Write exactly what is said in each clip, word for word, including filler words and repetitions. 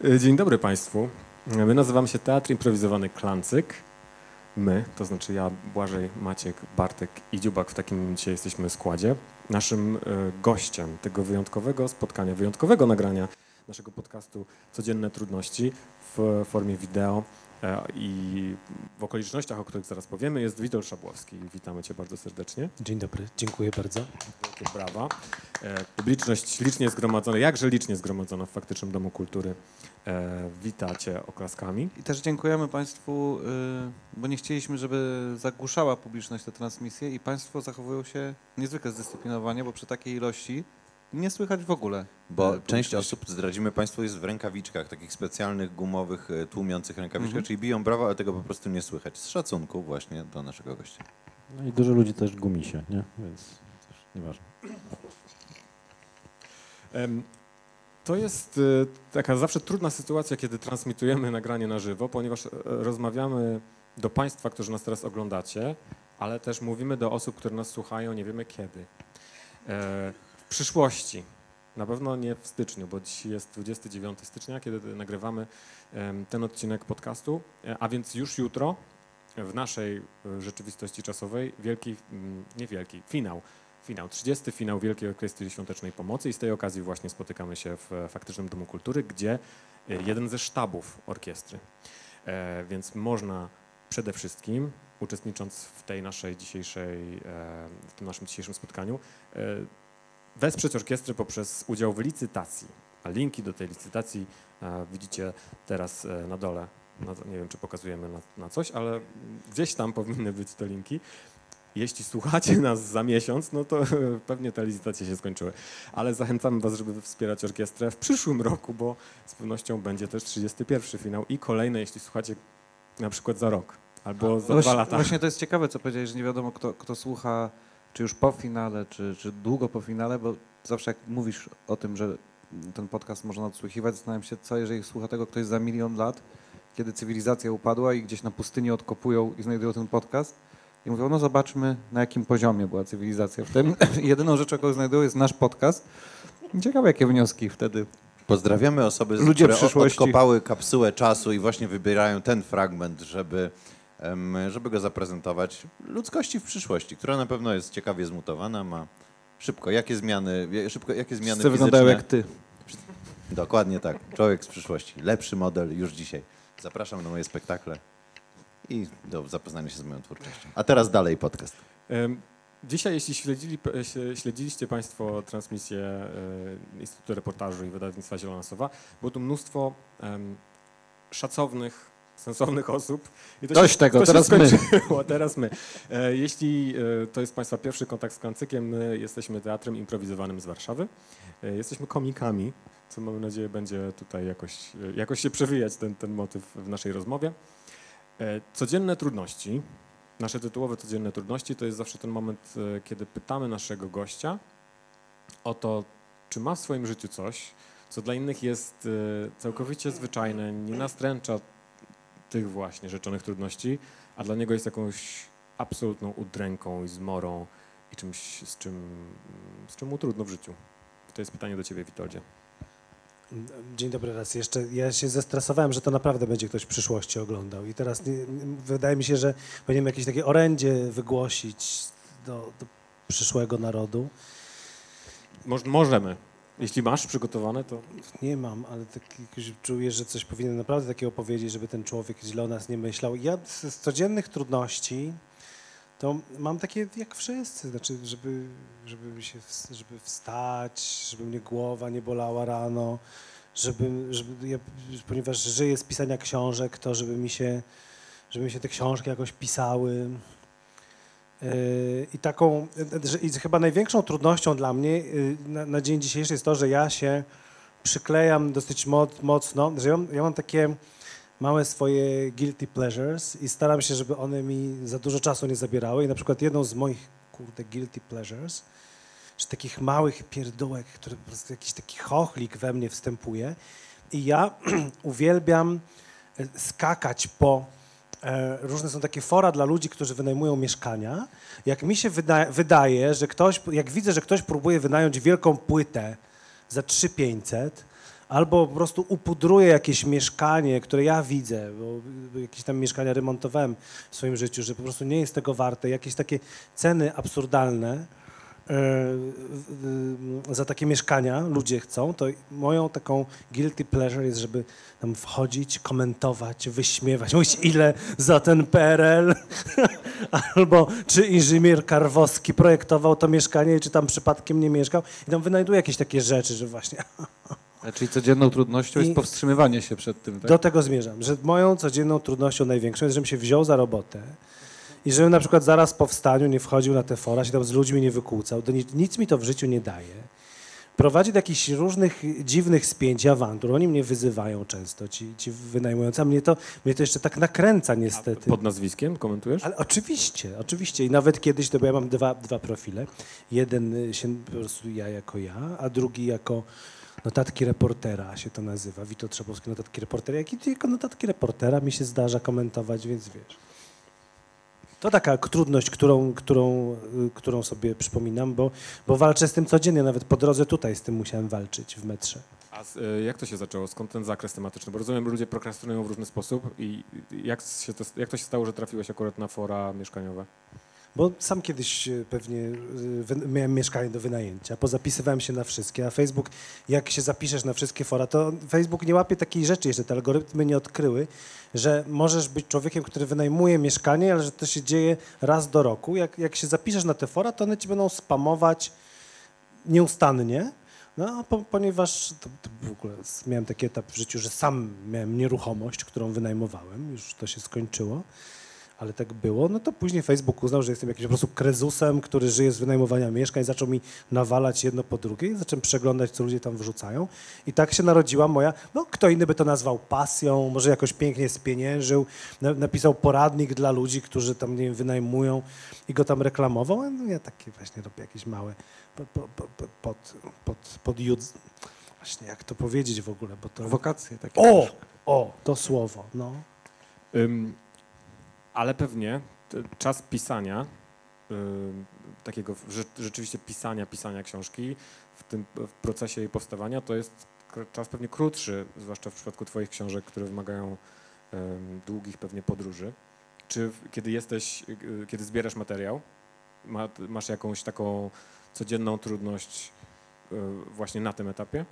Dzień dobry Państwu. My nazywamy się Teatr Improwizowany Klancyk. My, to znaczy ja, Błażej, Maciek, Bartek i Dziubak w takim dzisiaj jesteśmy składzie. Naszym gościem tego wyjątkowego spotkania, wyjątkowego nagrania naszego podcastu Codzienne Trudności w formie wideo i w okolicznościach, o których zaraz powiemy, jest Witold Szabłowski. Witamy Cię bardzo serdecznie. Dzień dobry, dziękuję bardzo. Wielkie brawa. Publiczność licznie zgromadzona, jakże licznie zgromadzona w faktycznym Domu Kultury. Wita Cię oklaskami. I też dziękujemy Państwu, bo nie chcieliśmy, żeby zagłuszała publiczność tę transmisję i Państwo zachowują się niezwykle zdyscyplinowanie, bo przy takiej ilości nie słychać w ogóle. Bo część osób, zdradzimy Państwu, jest w rękawiczkach, takich specjalnych, gumowych, tłumiących rękawiczkach, mm-hmm. czyli biją brawo, ale tego po prostu nie słychać. Z szacunku właśnie do naszego gościa. No i dużo ludzi też gumisie, nie? Więc też nieważne. Um. To jest taka zawsze trudna sytuacja, kiedy transmitujemy nagranie na żywo, ponieważ rozmawiamy do Państwa, którzy nas teraz oglądacie, ale też mówimy do osób, które nas słuchają, nie wiemy kiedy. W przyszłości, na pewno nie w styczniu, bo dziś jest dwudziestego dziewiątego stycznia, kiedy nagrywamy ten odcinek podcastu, a więc już jutro w naszej rzeczywistości czasowej wielki, nie wielki, finał. Finał, trzydziesty finał Wielkiej Orkiestry Świątecznej Pomocy i z tej okazji właśnie spotykamy się w faktycznym Domu Kultury, gdzie jeden ze sztabów orkiestry. E, więc można przede wszystkim, uczestnicząc w tej naszej dzisiejszej, e, w tym naszym dzisiejszym spotkaniu, e, wesprzeć orkiestrę poprzez udział w licytacji. A linki do tej licytacji e, widzicie teraz e, na dole. Na, nie wiem, czy pokazujemy na, na coś, ale gdzieś tam powinny być te linki. Jeśli słuchacie nas za miesiąc, no to pewnie te licytacje się skończyły. Ale zachęcamy Was, żeby wspierać orkiestrę w przyszłym roku, bo z pewnością będzie też trzydziesty pierwszy finał i kolejne, jeśli słuchacie na przykład za rok albo za właśnie, dwa lata. Właśnie to jest ciekawe, co powiedziałeś, że nie wiadomo, kto, kto słucha, czy już po finale, czy, czy długo po finale, bo zawsze jak mówisz o tym, że ten podcast można odsłuchiwać, zastanawiam się, co jeżeli słucha tego ktoś za milion lat, kiedy cywilizacja upadła i gdzieś na pustyni odkopują i znajdują ten podcast. I mówią, no zobaczmy, na jakim poziomie była cywilizacja. W tym jedyną rzeczą, jaką znajdują, jest nasz podcast. Ciekawe, jakie wnioski wtedy. Pozdrawiamy osoby, Ludzie które przyszłości. odkopały kapsułę czasu i właśnie wybierają ten fragment, żeby, żeby go zaprezentować ludzkości w przyszłości, która na pewno jest ciekawie zmutowana, ma szybko, jakie zmiany, szybko, jakie zmiany Wszyscy wyglądają jak ty. Dokładnie tak, człowiek z przyszłości, lepszy model już dzisiaj. Zapraszam na moje spektakle i do zapoznania się z moją twórczością. A teraz dalej podcast. Dzisiaj, jeśli śledzili, śledziliście Państwo transmisję Instytutu Reportażu i Wydawnictwa Zielona Sowa, było tu mnóstwo um, szacownych, sensownych osób. I to Dość się, tego, to teraz się my. Teraz my. E, jeśli e, to jest Państwa pierwszy kontakt z Klancykiem, my jesteśmy teatrem improwizowanym z Warszawy. E, jesteśmy komikami, co mamy nadzieję będzie tutaj jakoś, jakoś się przewijać ten, ten motyw w naszej rozmowie. Codzienne trudności, nasze tytułowe codzienne trudności, to jest zawsze ten moment, kiedy pytamy naszego gościa o to, czy ma w swoim życiu coś, co dla innych jest całkowicie zwyczajne, nie nastręcza tych właśnie rzeczonych trudności, a dla niego jest jakąś absolutną udręką i zmorą i czymś, z czym, z czym mu trudno w życiu. To jest pytanie do Ciebie, Witoldzie. Dzień dobry raz jeszcze. Ja się zestresowałem, że to naprawdę będzie ktoś w przyszłości oglądał i teraz nie, wydaje mi się, że powinienem jakieś takie orędzie wygłosić do, do przyszłego narodu. Moż, możemy. Jeśli masz przygotowane, to... Nie mam, ale tak jakoś czuję, że coś powinien naprawdę takiego powiedzieć, żeby ten człowiek źle o nas nie myślał. Ja z, z codziennych trudności to mam takie jak wszyscy, znaczy, żeby, żeby, się, żeby wstać, żeby mnie głowa nie bolała rano, żeby, żeby ja, ponieważ żyję z pisania książek, to żeby mi się, żeby mi się te książki jakoś pisały. Yy, I taką, że, i chyba największą trudnością dla mnie yy, na, na dzień dzisiejszy jest to, że ja się przyklejam dosyć moc, mocno, że ja, ja mam takie małe swoje guilty pleasures i staram się, żeby one mi za dużo czasu nie zabierały. I na przykład jedną z moich, kurde, guilty pleasures, że takich małych pierdółek, które po prostu jakiś taki chochlik we mnie wstępuje. I ja uwielbiam skakać po... E, różne są takie fora dla ludzi, którzy wynajmują mieszkania. Jak mi się wyda- wydaje, że ktoś, jak widzę, że ktoś próbuje wynająć wielką płytę za trzy tysiące pięćset, albo po prostu upudruję jakieś mieszkanie, które ja widzę, bo jakieś tam mieszkania remontowałem w swoim życiu, że po prostu nie jest tego warte, jakieś takie ceny absurdalne za takie mieszkania ludzie chcą, to moją taką guilty pleasure jest, żeby tam wchodzić, komentować, wyśmiewać, mówić ile za ten P R L, albo czy inżynier Karwowski projektował to mieszkanie, czy tam przypadkiem nie mieszkał i tam wynajduję jakieś takie rzeczy, że właśnie Czyli codzienną trudnością I- jest powstrzymywanie się przed tym, tak? do tego zmierzam, że moją codzienną trudnością największą jest, żebym się wziął za robotę i żebym na przykład zaraz po wstaniu nie wchodził na te fora, się tam z ludźmi nie wykłócał, to nic, nic mi to w życiu nie daje. Prowadzi do jakichś różnych dziwnych spięć, awantur. Oni mnie wyzywają często, ci, ci wynajmujący, a mnie to, mnie to jeszcze tak nakręca niestety. Pod nazwiskiem komentujesz? Ale oczywiście, oczywiście. I nawet kiedyś, to bo ja mam dwa, dwa profile. Jeden y, się po prostu ja jako ja, a drugi jako notatki reportera się to nazywa. Witold Trzebowski, notatki reportera. Jak i jako notatki reportera mi się zdarza komentować, więc wiesz. To taka k- trudność, którą, którą, y, którą sobie przypominam, bo, bo walczę z tym codziennie. Nawet po drodze tutaj z tym musiałem walczyć w metrze. A z, y, jak to się zaczęło? Skąd ten zakres tematyczny? Bo rozumiem, że ludzie prokrastynują w różny sposób i i jak, się to, jak to się stało, że trafiłeś akurat na fora mieszkaniowe? Bo sam kiedyś e, pewnie e, wy- miałem mieszkanie do wynajęcia, pozapisywałem się na wszystkie, a Facebook, jak się zapiszesz na wszystkie fora, to Facebook nie łapie takiej rzeczy, jeszcze te algorytmy nie odkryły, że możesz być człowiekiem, który wynajmuje mieszkanie, ale że to się dzieje raz do roku. Jak, jak się zapiszesz na te fora, to one ci będą spamować nieustannie. No, a po, ponieważ to, to w ogóle s- miałem taki etap w życiu, że sam miałem nieruchomość, którą wynajmowałem, już to się skończyło, ale tak było, no to później Facebook uznał, że jestem jakimś po prostu krezusem, który żyje z wynajmowania mieszkań, zaczął mi nawalać jedno po drugie, zacząłem przeglądać, co ludzie tam wrzucają i tak się narodziła moja, no kto inny by to nazwał pasją, może jakoś pięknie spieniężył, na, napisał poradnik dla ludzi, którzy tam, nie wiem, wynajmują i go tam reklamował, a no ja takie właśnie robię jakieś małe po, po, po, po, pod, pod, pod jud... Właśnie jak to powiedzieć w ogóle, bo to... Prowokacje takie. O! O! To słowo, no. Ym, ale pewnie t- czas pisania, ym, takiego w- rze- rzeczywiście pisania, pisania książki w tym w procesie jej powstawania, to jest kr- czas pewnie krótszy, zwłaszcza w przypadku twoich książek, które wymagają ym, długich pewnie podróży. Czy w, kiedy jesteś, y, kiedy zbierasz materiał, ma, masz jakąś taką codzienną trudność y, właśnie na tym etapie?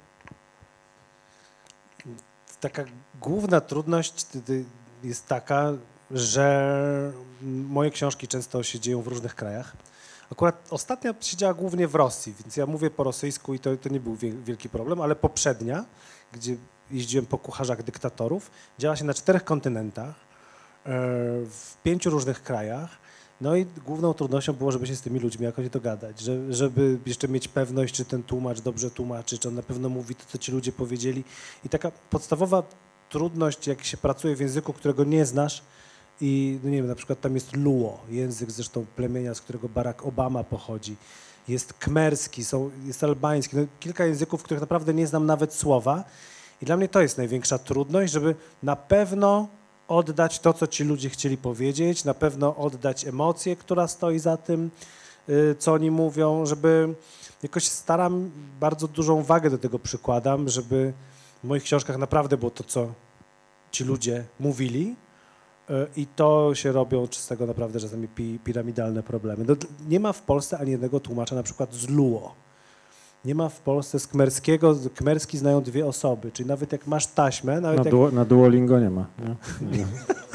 Taka główna trudność ty- ty- jest taka, że moje książki często się dzieją w różnych krajach. Akurat ostatnia siedziała głównie w Rosji, więc ja mówię po rosyjsku i to, to nie był wie- wielki problem, ale poprzednia, gdzie jeździłem po kucharzach dyktatorów, działa się na czterech kontynentach, e, w pięciu różnych krajach. No i główną trudnością było, żeby się z tymi ludźmi jakoś dogadać, że, żeby jeszcze mieć pewność, czy ten tłumacz dobrze tłumaczy, czy on na pewno mówi to, co ci ludzie powiedzieli. I taka podstawowa trudność, jak się pracuje w języku, którego nie znasz i, no nie wiem, na przykład tam jest Luo, język zresztą plemienia, z którego Barack Obama pochodzi, jest kmerski, są, jest albański, no, kilka języków, których naprawdę nie znam nawet słowa i dla mnie to jest największa trudność, żeby na pewno oddać to, co ci ludzie chcieli powiedzieć, na pewno oddać emocję, która stoi za tym, y, co oni mówią, żeby jakoś staram, bardzo dużą wagę do tego przykładam, żeby w moich książkach naprawdę było to, co ci ludzie mówili y, i to się robią z tego naprawdę czasami pi, piramidalne problemy. No, d- nie ma w Polsce ani jednego tłumacza na przykład z Luo. Nie ma w Polsce z kmerskiego, kmerski znają dwie osoby, czyli nawet jak masz taśmę, nawet Na, jak duo, na Duolingo nie ma. Nie? Nie.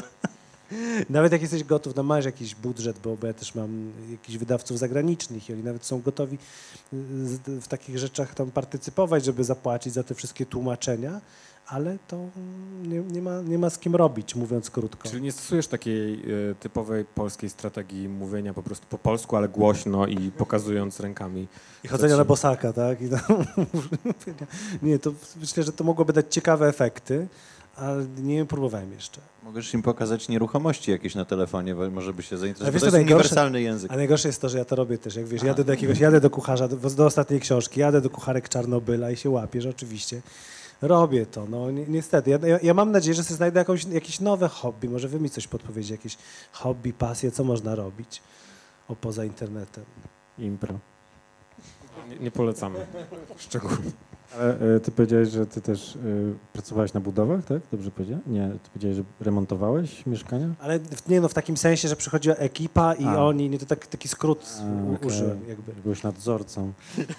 Nawet jak jesteś gotów, no masz jakiś budżet, bo, bo ja też mam jakichś wydawców zagranicznych i oni nawet są gotowi y, z- w takich rzeczach tam partycypować, żeby zapłacić za te wszystkie tłumaczenia, ale to nie, nie, ma, nie ma z kim robić, mówiąc krótko. Czyli nie stosujesz takiej y, typowej polskiej strategii mówienia po prostu po polsku, ale głośno i pokazując rękami. I chodzenia na bosaka, tak? I tam, nie, to myślę, że to mogłoby dać ciekawe efekty, ale nie próbowałem jeszcze. Możesz im pokazać nieruchomości jakieś na telefonie, bo może by się Ale zainteresować. wiesz, To co jest najgorsze? uniwersalny język. A najgorsze jest to, że ja to robię też, jak wiesz, jadę do jakiegoś, jadę do kucharza, do, do ostatniej książki, jadę do kucharek Czarnobyla i się łapię, że oczywiście robię to, no ni niestety. Ja, ja, ja mam nadzieję, że sobie znajdę jakąś, jakieś nowe hobby, może wy mi coś podpowiedzieć, jakieś hobby, pasje, co można robić o poza internetem. Impro. Nie, nie polecamy szczególnie. Ale e, ty powiedziałeś, że ty też e, pracowałeś na budowach, tak? Dobrze powiedziałem? Nie, ty powiedziałeś, że remontowałeś mieszkania? Ale w, nie no, w takim sensie, że przychodziła ekipa i A. oni, nie to tak, taki skrót A, u- okej. użyłem jakby. Byłeś nadzorcą.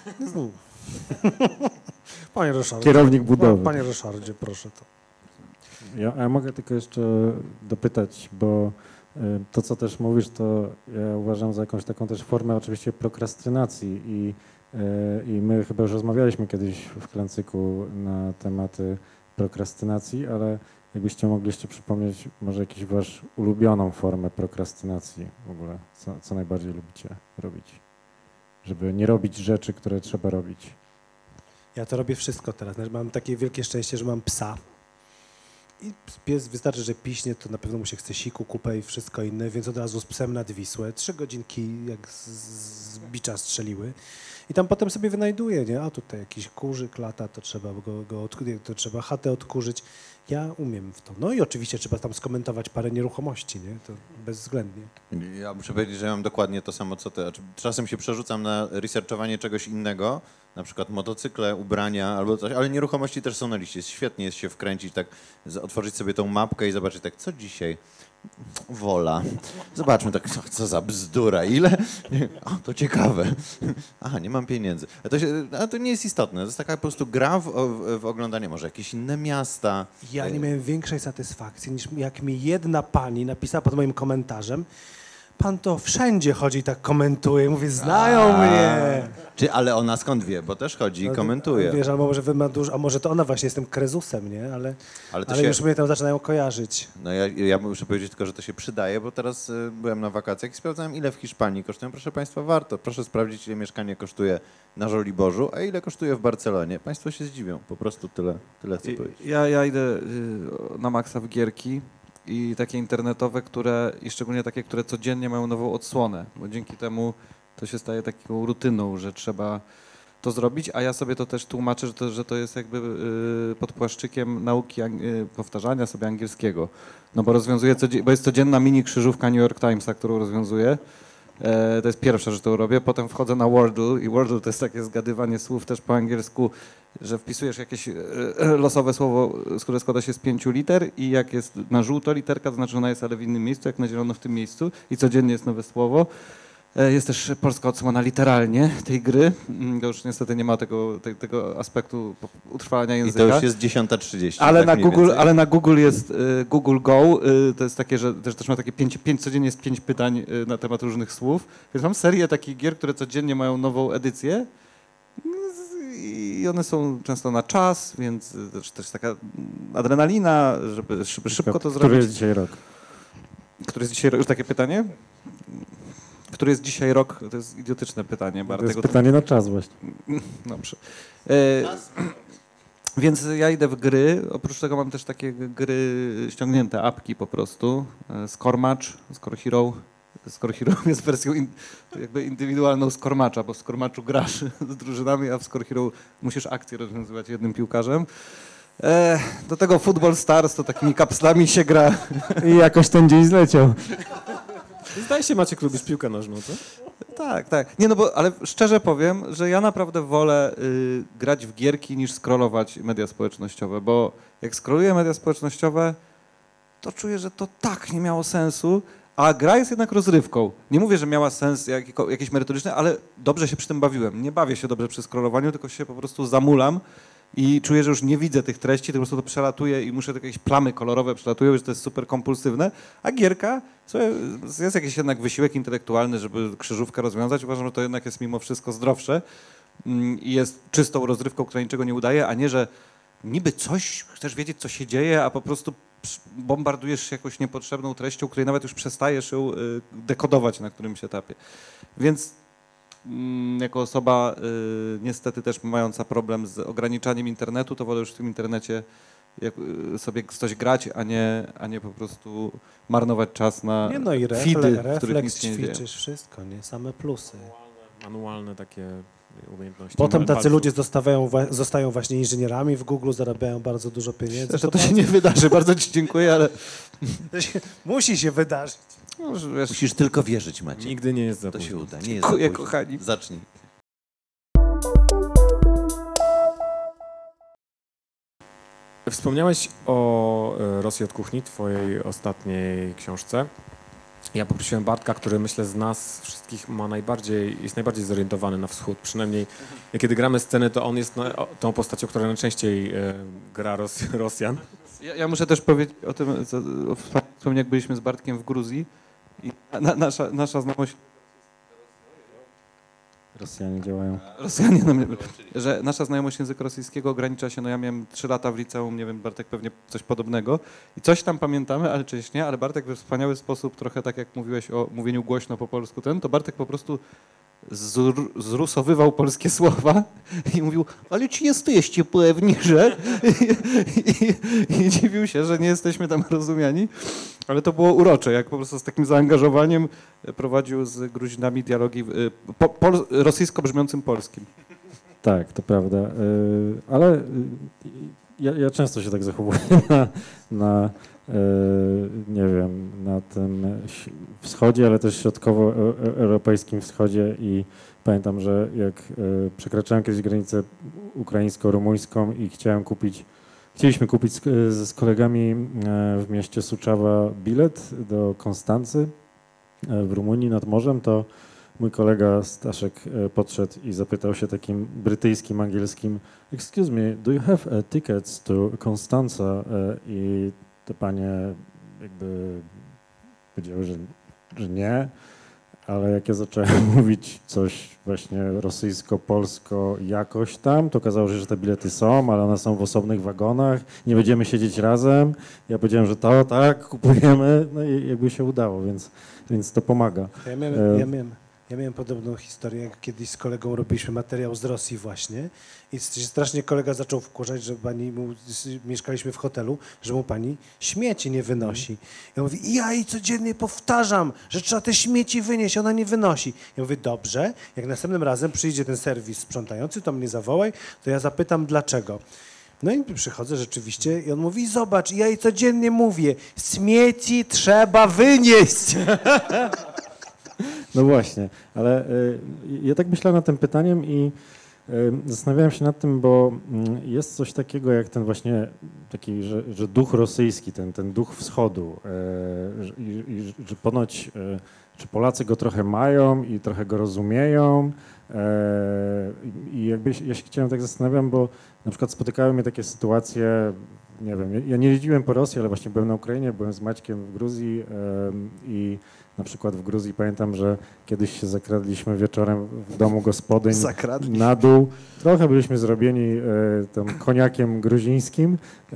Panie Ryszardzie. Kierownik budowy. Panie Ryszardzie, proszę to. Ja, a ja mogę tylko jeszcze dopytać, bo y, to, co też mówisz, to ja uważam za jakąś taką też formę oczywiście prokrastynacji i, y, i my chyba już rozmawialiśmy kiedyś w Klancyku na tematy prokrastynacji, ale jakbyście mogliście przypomnieć może jakąś wasz ulubioną formę prokrastynacji w ogóle, co, co najbardziej lubicie robić, żeby nie robić rzeczy, które trzeba robić. Ja to robię wszystko teraz. Znaczy, mam takie wielkie szczęście, że mam psa. I pies wystarczy, że piśnie, to na pewno mu się chce siku, kupę i wszystko inne, więc od razu z psem nad Wisłę. Trzy godzinki jak z, z bicza strzeliły. I tam potem sobie wynajduję, nie? A tutaj jakiś kurzyk lata, to trzeba go, go od, to trzeba chatę odkurzyć. Ja umiem w to. No i oczywiście trzeba tam skomentować parę nieruchomości, nie? To bezwzględnie. Ja muszę powiedzieć, że ja mam dokładnie to samo co ty. Znaczy, czasem się przerzucam na researchowanie czegoś innego, na przykład motocykle, ubrania albo coś, ale nieruchomości też są na liście. Świetnie jest się wkręcić, tak, z- otworzyć sobie tą mapkę i zobaczyć tak, co dzisiaj? Wola. Zobaczmy tak, co, co za bzdura, ile? O, to ciekawe. Aha, nie mam pieniędzy. A to, się, a to nie jest istotne, to jest taka po prostu gra w, w, w oglądanie, może jakieś inne miasta. Ja nie miałem większej satysfakcji, niż jak mi jedna pani napisała pod moim komentarzem, pan to wszędzie chodzi i tak komentuje. Mówię, znają mnie. Czy, ale ona skąd wie, bo też chodzi i No, komentuje. Wiesz, albo może wy ma dużo, a może to ona właśnie jest tym krezusem, nie? Ale, Ale to ale się, już mnie tam zaczynają kojarzyć. no ja, ja muszę powiedzieć tylko, że to się przydaje, bo teraz y, byłem na wakacjach i sprawdzałem, ile w Hiszpanii kosztują. Proszę Państwa, warto. Proszę sprawdzić, ile mieszkanie kosztuje na Żoliborzu, a ile kosztuje w Barcelonie. Państwo się zdziwią. Po prostu tyle, tyle chcę I- powiedzieć. Ja, ja idę y, na maksa w gierki i takie internetowe, które i szczególnie takie, które codziennie mają nową odsłonę, bo dzięki temu to się staje taką rutyną, że trzeba to zrobić, a ja sobie to też tłumaczę, że to, że to jest jakby y, pod płaszczykiem nauki, ang- y, powtarzania sobie angielskiego. No bo rozwiązuję, codzie- bo jest codzienna mini krzyżówka New York Timesa, którą rozwiązuję. E, to jest pierwsza rzecz, którą robię. Potem wchodzę na Wordle i Wordle to jest takie zgadywanie słów też po angielsku, że wpisujesz jakieś e, e, losowe słowo, z które składa się z pięciu liter i jak jest na żółto literka, to znaczy ona jest ale w innym miejscu, jak na zielono w tym miejscu i codziennie jest nowe słowo. E, Jest też polska odsłona literalnie tej gry. Mm, To już niestety nie ma tego, te, tego aspektu po- utrwalania I języka. to już jest dziesiąta trzydzieści. Ale, tak na mniej Google, więcej. ale na Google jest y, Google Go, y, to jest takie, że też, też ma takie pięć, pięć, codziennie jest pięć pytań y, na temat różnych słów, więc mam serię takich gier, które codziennie mają nową edycję y, i one są często na czas, więc y, też, też taka mm, adrenalina, żeby szybko, szybko to Który zrobić. jest dzisiaj rok? Który jest dzisiaj rok? Już takie pytanie? Który jest dzisiaj rok? To jest idiotyczne pytanie, To jest Bartek. pytanie na czas właśnie. Dobrze. E, więc ja idę w gry. Oprócz tego mam też takie gry ściągnięte, apki po prostu. E, Scormatch, Score Hero. Score Hero jest wersją in, jakby indywidualną Scormatcha, bo w Scormatchu grasz z drużynami, a w Score Hero musisz akcję rozwiązywać jednym piłkarzem. E, do tego Football Stars to takimi kapslami się gra. I jakoś ten dzień zleciał. Zdaje się, Maciek, lubisz piłkę nożną, co? Tak, tak. Nie no, bo, ale szczerze powiem, że ja naprawdę wolę y, grać w gierki niż scrollować media społecznościowe, bo jak scrolluję media społecznościowe, to czuję, że to tak nie miało sensu, a gra jest jednak rozrywką. Nie mówię, że miała sens jakiko- jakiś merytoryczny, ale dobrze się przy tym bawiłem. Nie bawię się dobrze przy scrollowaniu, tylko się po prostu zamulam i czuję, że już nie widzę tych treści, tylko po prostu to przelatuje i muszę jakieś plamy kolorowe przelatują, że to jest super kompulsywne, a gierka, słuchaj, jest jakiś jednak wysiłek intelektualny, żeby krzyżówkę rozwiązać. Uważam, że to jednak jest mimo wszystko zdrowsze mm, i jest czystą rozrywką, która niczego nie udaje, a nie, że niby coś, chcesz wiedzieć, co się dzieje, a po prostu psz- bombardujesz się jakąś niepotrzebną treścią, której nawet już przestajesz ją y, dekodować na którymś etapie. Więc mm, jako osoba y, niestety też mająca problem z ograniczaniem internetu, to wolę już w tym internecie jak, y, sobie coś grać, a nie, a nie po prostu marnować czas na Nie no i feedy, refle, w których refleks nic się nie dzieje. ćwiczysz, wszystko, nie? Same plusy. Manualne takie umiejętności. Potem mal- tacy palców. ludzie zostawiają, wa- zostają właśnie inżynierami w Google, zarabiają bardzo dużo pieniędzy. Że to się nie wydarzy, bardzo ci dziękuję, ale To się, musi się wydarzyć. no, że wiesz, Musisz tylko wierzyć, Maciek. Nigdy nie jest za To się późno. uda. Nie jest Dziękuję, za późno. kochani. Zacznij. Wspomniałeś o e, Rosji od kuchni, twojej ostatniej książce. Ja poprosiłem Bartka, który myślę z nas wszystkich ma najbardziej, jest najbardziej zorientowany na wschód. Przynajmniej kiedy gramy sceny, to on jest na, o, tą postacią, która najczęściej e, gra Ros, Rosjan. Ja, ja muszę też powiedzieć o tym, co, o wspomnieć, jak byliśmy z Bartkiem w Gruzji i na, nasza, nasza znajomość Rosjanie działają. Rosjanie, no, że nasza znajomość języka rosyjskiego ogranicza się, no ja miałem trzy lata w liceum, nie wiem, Bartek pewnie coś podobnego i coś tam pamiętamy, ale część nie, ale Bartek we wspaniały sposób, trochę tak jak mówiłeś o mówieniu głośno po polsku ten, to Bartek po prostu zr- zrusowywał polskie słowa i mówił, ale czy jesteście pewni, że? I, i, I dziwił się, że nie jesteśmy tam rozumiani, ale to było urocze, jak po prostu z takim zaangażowaniem prowadził z Gruzinami dialogi po, pol, rosyjsko brzmiącym polskim. Tak, to prawda, y, ale y, ja, ja często się tak zachowuję na, na y, nie wiem, na tym ś- wschodzie, ale też środkowoeuropejskim wschodzie i pamiętam, że jak y, przekraczałem kiedyś granicę ukraińsko-rumuńską i chciałem kupić, chcieliśmy kupić z, z kolegami y, w mieście Suczawa bilet do Konstancy y, w Rumunii nad morzem, to mój kolega Staszek e, podszedł i zapytał się takim brytyjskim, angielskim excuse me, do you have a tickets to Constanza? E, I te panie jakby powiedziały, że, że nie, ale jak ja zacząłem mówić coś właśnie rosyjsko-polsko jakoś tam, to okazało się, że te bilety są, ale one są w osobnych wagonach, nie będziemy siedzieć razem. Ja powiedziałem, że to tak, kupujemy, no i jakby się udało, więc, więc to pomaga. Ja miałem, ja miałem, ja miałem podobną historię, jak kiedyś z kolegą robiliśmy materiał z Rosji właśnie i strasznie kolega zaczął wkurzać, że pani mu, mieszkaliśmy w hotelu, że mu pani śmieci nie wynosi. Ja mówię, ja jej codziennie powtarzam, że trzeba te śmieci wynieść, ona nie wynosi. Ja mówię, dobrze, jak następnym razem przyjdzie ten serwis sprzątający, to mnie zawołaj, to ja zapytam dlaczego. No i przychodzę rzeczywiście i on mówi, zobacz, ja jej codziennie mówię, śmieci trzeba wynieść. No właśnie, ale y, ja tak myślałem nad tym pytaniem i y, zastanawiałem się nad tym, bo y, jest coś takiego jak ten właśnie taki, że, że duch rosyjski, ten, ten duch wschodu, y, że- i, i, że ponoć y, czy Polacy go trochę mają i trochę go rozumieją y, i jakby się- ja się chciałem tak zastanawiam, bo na przykład spotykały mnie takie sytuacje, nie wiem, ja- ja nie jeździłem po Rosji, ale właśnie byłem na Ukrainie, byłem z Maćkiem w Gruzji y, i na przykład w Gruzji pamiętam, że kiedyś się zakradliśmy wieczorem w domu gospodyń Zakradli. na dół. Trochę byliśmy zrobieni e, tym koniakiem gruzińskim e,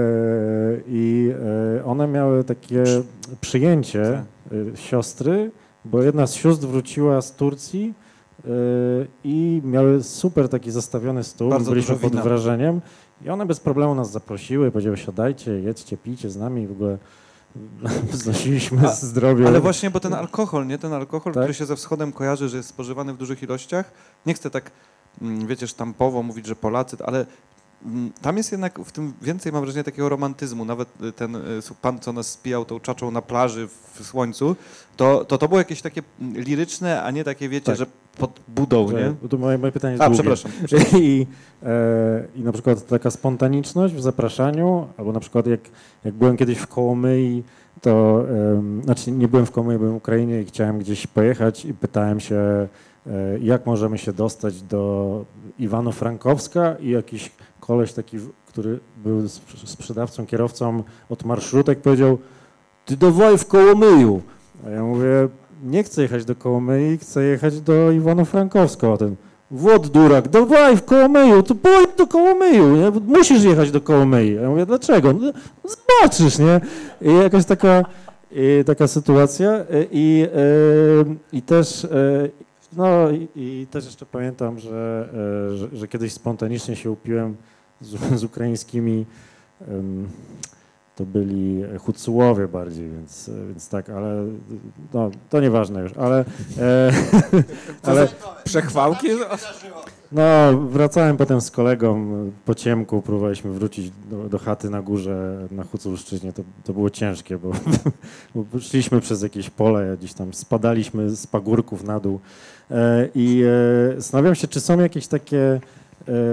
i e, one miały takie przyjęcie e, siostry, bo jedna z sióstr wróciła z Turcji e, i miały super taki zastawiony stół. Bardzo Byliśmy dużo pod wina. wrażeniem i one bez problemu nas zaprosiły, powiedziały siadajcie, jedźcie, pijcie z nami w ogóle. Wznosiliśmy A- zdrowie. Ale właśnie, bo ten alkohol, nie? Ten alkohol, Tak. który się ze wschodem kojarzy, że jest spożywany w dużych ilościach. Nie chcę tak, mm, wiecie, sztampowo mówić, że Polacy, ale mm, tam jest jednak w tym więcej, mam wrażenie, takiego romantyzmu. Nawet y, ten y, pan, co nas spijał tą czaczą na plaży w słońcu, to to, to było jakieś takie mm, liryczne, a nie takie, wiecie, Tak. że pod budą, Że- nie? bo to moje, moje pytanie jest A, długie. przepraszam. I, e, I na przykład taka spontaniczność w zapraszaniu, albo na przykład jak, jak byłem kiedyś w Kołomyi, to em, znaczy nie byłem w Kołomyi, byłem w Ukrainie i chciałem gdzieś pojechać i pytałem się, e, jak możemy się dostać do Iwano-Frankowska i jakiś koleś taki, w- który był sprz- sprzedawcą, kierowcą od marszrutek powiedział, ty dawaj w Kołomyju. A ja mówię, nie chcę jechać do Kołomyi, chcę jechać do Iwano-Frankowska. A ten, wod durak, dawaj w Kołomyju, to pojedź do Kołomyju, nie? Musisz jechać do Kołomyi. A ja mówię, dlaczego? No, zobaczysz, nie? I jakaś taka, i taka sytuacja i, i, i też, e, no i, i też jeszcze pamiętam, że, e, że, że kiedyś spontanicznie się upiłem z, z ukraińskimi, em, to byli Hucułowie bardziej, więc, więc tak, ale no, to nieważne już, ale, e, ale Przechwałki? no, wracałem potem z kolegą po ciemku, próbowaliśmy wrócić do, do chaty na górze na Huculszczyźnie, to, to było ciężkie, bo, bo szliśmy przez jakieś pole, gdzieś tam spadaliśmy z pagórków na dół e, i e, zastanawiam się, czy są jakieś takie e,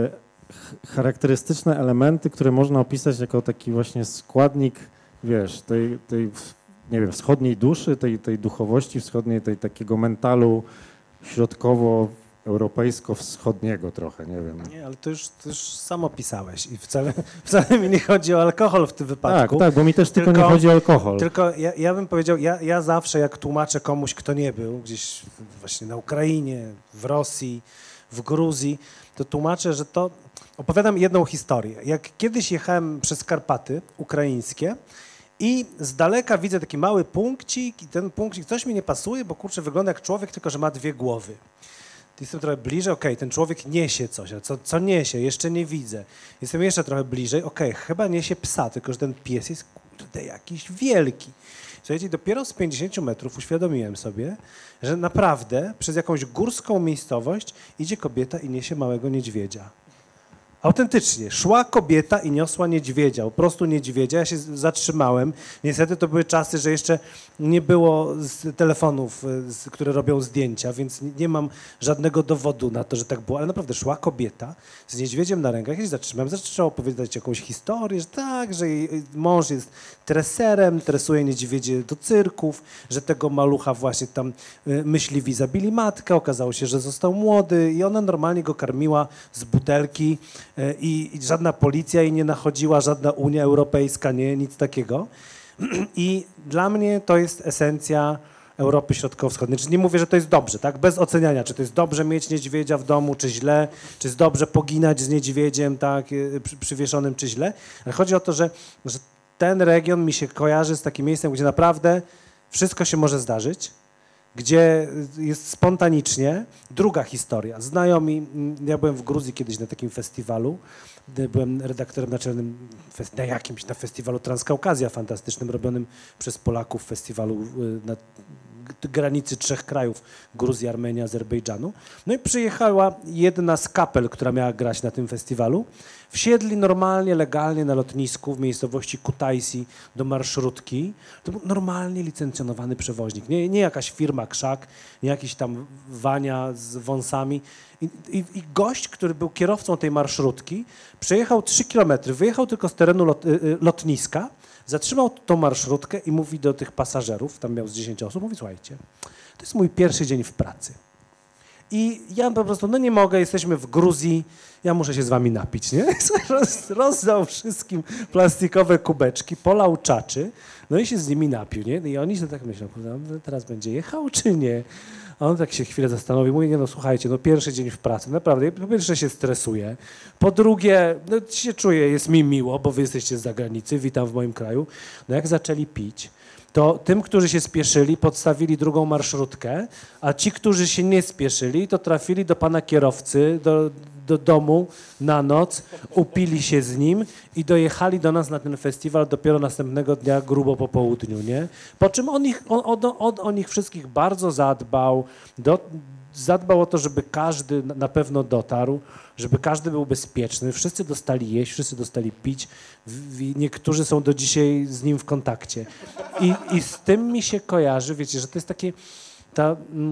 charakterystyczne elementy, które można opisać jako taki właśnie składnik, wiesz, tej, tej nie wiem, wschodniej duszy, tej, tej duchowości wschodniej, tej takiego mentalu środkowo-europejsko-wschodniego trochę, nie wiem. Nie, ale to już, to już sam opisałeś i wcale, wcale mi nie chodzi o alkohol w tym wypadku. Tak, tak, bo mi też tylko, Tylko- nie chodzi o alkohol. Tylko ja, ja bym powiedział, ja, ja zawsze jak tłumaczę komuś, kto nie był, gdzieś właśnie na Ukrainie, w Rosji, w Gruzji, to tłumaczę, że to... Opowiadam jedną historię. Jak kiedyś jechałem przez Karpaty ukraińskie i z daleka widzę taki mały punkcik i ten punkcik, coś mi nie pasuje, bo kurczę, wygląda jak człowiek, tylko że ma dwie głowy. Jestem trochę bliżej, okej, ten człowiek niesie coś, ale co, co niesie? Jeszcze nie widzę. Jestem jeszcze trochę bliżej, okej, chyba niesie psa, tylko że ten pies jest, kurde, jakiś wielki. Słuchajcie, dopiero z pięćdziesięciu metrów uświadomiłem sobie, że naprawdę przez jakąś górską miejscowość idzie kobieta i niesie małego niedźwiedzia. Autentycznie. Szła kobieta i niosła niedźwiedzia, po prostu niedźwiedzia. Ja się z- zatrzymałem. Niestety to były czasy, że jeszcze nie było z telefonów, y, z, które robią zdjęcia, więc nie, nie mam żadnego dowodu na to, że tak było. Ale naprawdę szła kobieta z niedźwiedziem na rękach. Ja się zatrzymałem. Zaczęła opowiadać jakąś historię, że tak, że jej y, mąż jest treserem, tresuje niedźwiedzie do cyrków, że tego malucha właśnie tam y, myśliwi zabili matkę. Okazało się, że został młody i ona normalnie go karmiła z butelki. I, I żadna policja jej nie nachodziła, żadna Unia Europejska, nie, nic takiego. I dla mnie to jest esencja Europy Środkowo-Wschodniej. Czyli nie mówię, że to jest dobrze, tak? Bez oceniania, czy to jest dobrze mieć niedźwiedzia w domu, czy źle, czy jest dobrze poginać z niedźwiedziem, tak, przy, przywieszonym, czy źle. Ale chodzi o to, że, że ten region mi się kojarzy z takim miejscem, gdzie naprawdę wszystko się może zdarzyć, gdzie jest spontanicznie. Druga historia. Znajomi, ja byłem w Gruzji kiedyś na takim festiwalu, byłem redaktorem naczelnym fest- na jakimś, na festiwalu Transkaukazja fantastycznym, robionym przez Polaków, festiwalu y, na g- granicy trzech krajów, Gruzji, Armenii, Azerbejdżanu. No i przyjechała jedna z kapel, która miała grać na tym festiwalu. Wsiedli normalnie, legalnie na lotnisku w miejscowości Kutaisi do marszrutki. To był normalnie licencjonowany przewoźnik. Nie, nie jakaś firma krzak, nie jakiś tam Wania z wąsami. I, i, I gość, który był kierowcą tej marszrutki, przejechał trzy kilometry, wyjechał tylko z terenu lot, y, y, lotniska, zatrzymał tą marszrutkę i mówi do tych pasażerów, tam miał z dziesięć osób, mówi, słuchajcie, to jest mój pierwszy dzień w pracy. I ja po prostu, no nie mogę, jesteśmy w Gruzji, ja muszę się z wami napić, nie? Roz, rozdał wszystkim plastikowe kubeczki, polał czaczy, no i się z nimi napił, nie? I oni się tak myślą, no, teraz będzie jechał czy nie? A on tak się chwilę zastanowił, mówi, nie no słuchajcie, no pierwszy dzień w pracy, naprawdę, po pierwsze się stresuję, po drugie, no się czuję, jest mi miło, bo wy jesteście z zagranicy, witam w moim kraju. No jak zaczęli pić, to tym, którzy się spieszyli, podstawili drugą marszrutkę, a ci, którzy się nie spieszyli, to trafili do pana kierowcy, do, do domu na noc, upili się z nim i dojechali do nas na ten festiwal dopiero następnego dnia grubo po południu, nie? Po czym on, ich, on, on, on o nich wszystkich bardzo zadbał, do, zadbał o to, żeby każdy na pewno dotarł, żeby każdy był bezpieczny, wszyscy dostali jeść, wszyscy dostali pić, w, w, niektórzy są do dzisiaj z nim w kontakcie. I, i z tym mi się kojarzy, wiecie, że to jest takie, ta, mm,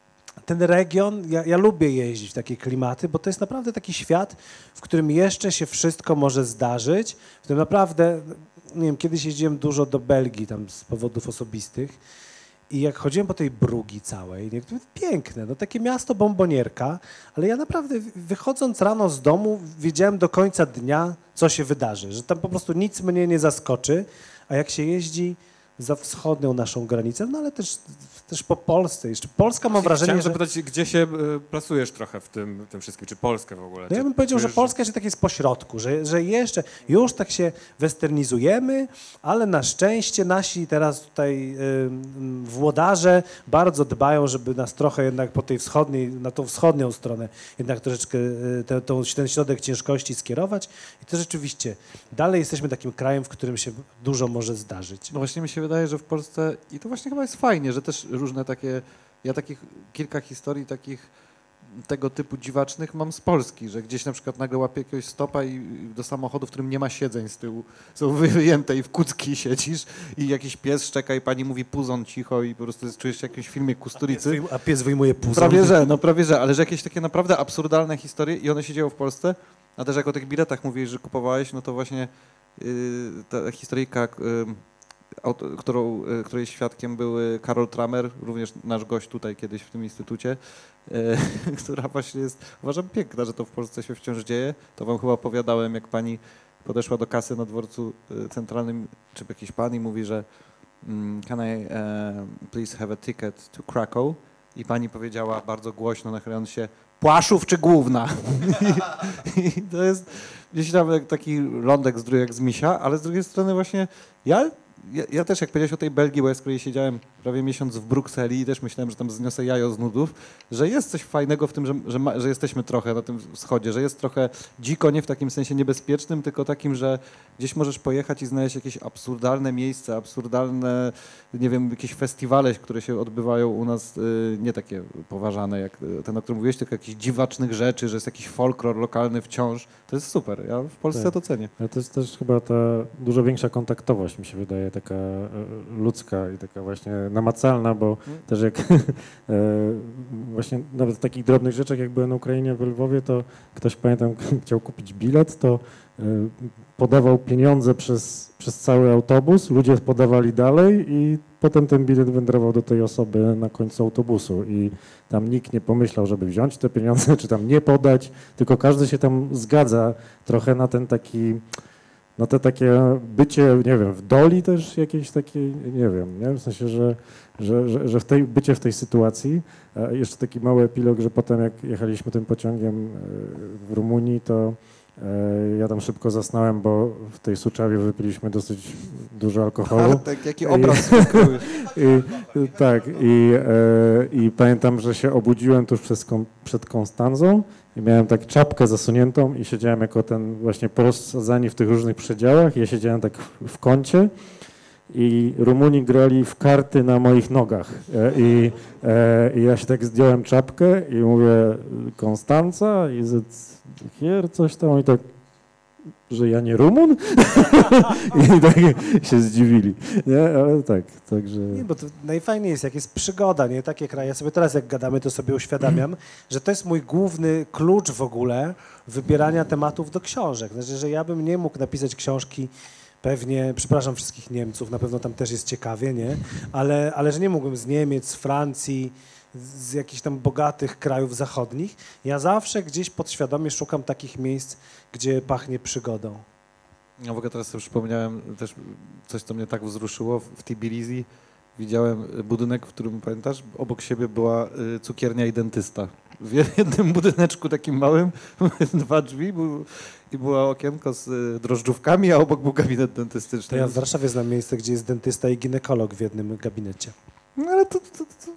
ten region, ja, ja lubię jeździć w takie klimaty, bo to jest naprawdę taki świat, w którym jeszcze się wszystko może zdarzyć, w którym naprawdę, nie wiem, kiedyś jeździłem dużo do Belgii tam z powodów osobistych. I jak chodziłem po tej Brugi całej, nie, to piękne, no takie miasto bombonierka, ale ja naprawdę wychodząc rano z domu wiedziałem do końca dnia, co się wydarzy, że tam po prostu nic mnie nie zaskoczy, a jak się jeździ za wschodnią naszą granicę, no ale też, też po Polsce jeszcze. Polska mam wrażenie, Chciałem że... zapytać, gdzie się y, plasujesz trochę w tym, tym wszystkim, czy Polskę w ogóle? No ja Czy bym powiedział, że czujesz, Polska jeszcze tak jest pośrodku, że, że jeszcze już tak się westernizujemy, ale na szczęście nasi teraz tutaj y, włodarze bardzo dbają, żeby nas trochę jednak po tej wschodniej, na tą wschodnią stronę jednak troszeczkę y, te, tą, ten środek ciężkości skierować i to rzeczywiście dalej jesteśmy takim krajem, w którym się dużo może zdarzyć. No właśnie mi się wydaje, że w Polsce, i to właśnie chyba jest fajnie, że też różne takie, ja takich, kilka historii takich tego typu dziwacznych mam z Polski, że gdzieś na przykład nagle łapię jakiegoś stopa i do samochodu, w którym nie ma siedzeń z tyłu, są wyjęte i w kucki siedzisz i jakiś pies szczeka i pani mówi puzon cicho i po prostu czujesz się w jakimś filmie Kusturicy. A pies wyjmuje puzon. Prawie że, no prawie że, ale że jakieś takie naprawdę absurdalne historie i one się dzieją w Polsce A też jak o tych biletach mówiłeś, że kupowałeś, no to właśnie yy, ta historyjka, yy, auto, którą, yy, której świadkiem był Karol Tramer, również nasz gość tutaj kiedyś w tym instytucie, yy, która właśnie jest, uważam, piękna, że to w Polsce się wciąż dzieje. To wam chyba opowiadałem, jak pani podeszła do kasy na dworcu yy, centralnym, czy jakiś pan i mówi, że mm, can I uh, please have a ticket to Krakow? I pani powiedziała bardzo głośno, nachylając się, Płaszów czy Główna? I, I to jest gdzieś tam taki lądek z jak z misia, ale z drugiej strony właśnie ja, ja, ja też jak powiedziałeś o tej Belgii, bo ja z kolei siedziałem prawie miesiąc w Brukseli i też myślałem, że tam zniosę jajo z nudów, że jest coś fajnego w tym, że, że, ma, że jesteśmy trochę na tym wschodzie, że jest trochę dziko, nie w takim sensie niebezpiecznym, tylko takim, że gdzieś możesz pojechać i znaleźć jakieś absurdalne miejsca, absurdalne, nie wiem, jakieś festiwale, które się odbywają u nas, y, nie takie poważane jak ten, o którym mówiłeś, tylko jakichś dziwacznych rzeczy, że jest jakiś folklor lokalny wciąż. To jest super. Ja w Polsce Tak. to cenię. Ale to jest też chyba ta dużo większa kontaktowość, mi się wydaje, taka e, ludzka i taka właśnie namacalna, bo Hmm. też jak e, właśnie nawet w takich drobnych rzeczach, jak byłem na Ukrainie w Lwowie, to ktoś, pamiętam, chciał kupić bilet, to e, podawał pieniądze przez, przez cały autobus, ludzie podawali dalej i potem ten bilet wędrował do tej osoby na końcu autobusu i tam nikt nie pomyślał, żeby wziąć te pieniądze, czy tam nie podać, tylko każdy się tam zgadza trochę na ten taki, na te takie bycie, nie wiem, w doli też jakieś takiej, nie wiem, nie? W sensie, że, że, że, że w tej, bycie w tej sytuacji, a jeszcze taki mały epilog, że potem jak jechaliśmy tym pociągiem w Rumunii, to ja tam szybko zasnąłem, bo w tej Suczawie wypiliśmy dosyć dużo alkoholu. Tak, jaki obraz. I, i, tak, i, e, i pamiętam, że się obudziłem tuż przez, przed Konstanzą i miałem tak czapkę zasuniętą i siedziałem jako ten właśnie porozsadzani w tych różnych przedziałach. Ja siedziałem tak w, w kącie i Rumuni grali w karty na moich nogach. E, i, e, I ja się tak zdjąłem czapkę i mówię Konstanca i z hier coś tam i tak, że ja nie Rumun? I tak się zdziwili. Nie, ale tak, także... Nie, bo to najfajniej jest, jak jest przygoda, nie? Takie kraje. Ja sobie teraz, jak gadamy, to sobie uświadamiam, że to jest mój główny klucz w ogóle wybierania tematów do książek. Znaczy, że ja bym nie mógł napisać książki pewnie, przepraszam wszystkich Niemców, na pewno tam też jest ciekawie, nie? Ale, ale że nie mógłbym z Niemiec, z Francji, z jakichś tam bogatych krajów zachodnich. Ja zawsze gdzieś podświadomie szukam takich miejsc, gdzie pachnie przygodą. No w ogóle teraz sobie przypomniałem też coś, co mnie tak wzruszyło. W Tbilisi widziałem budynek, w którym, pamiętasz, obok siebie była cukiernia i dentysta. W jednym budyneczku takim małym, dwa drzwi był, i było okienko z drożdżówkami, a obok był gabinet dentystyczny. To ja w Warszawie znam miejsce, gdzie jest dentysta i ginekolog w jednym gabinecie. No ale to... to, to...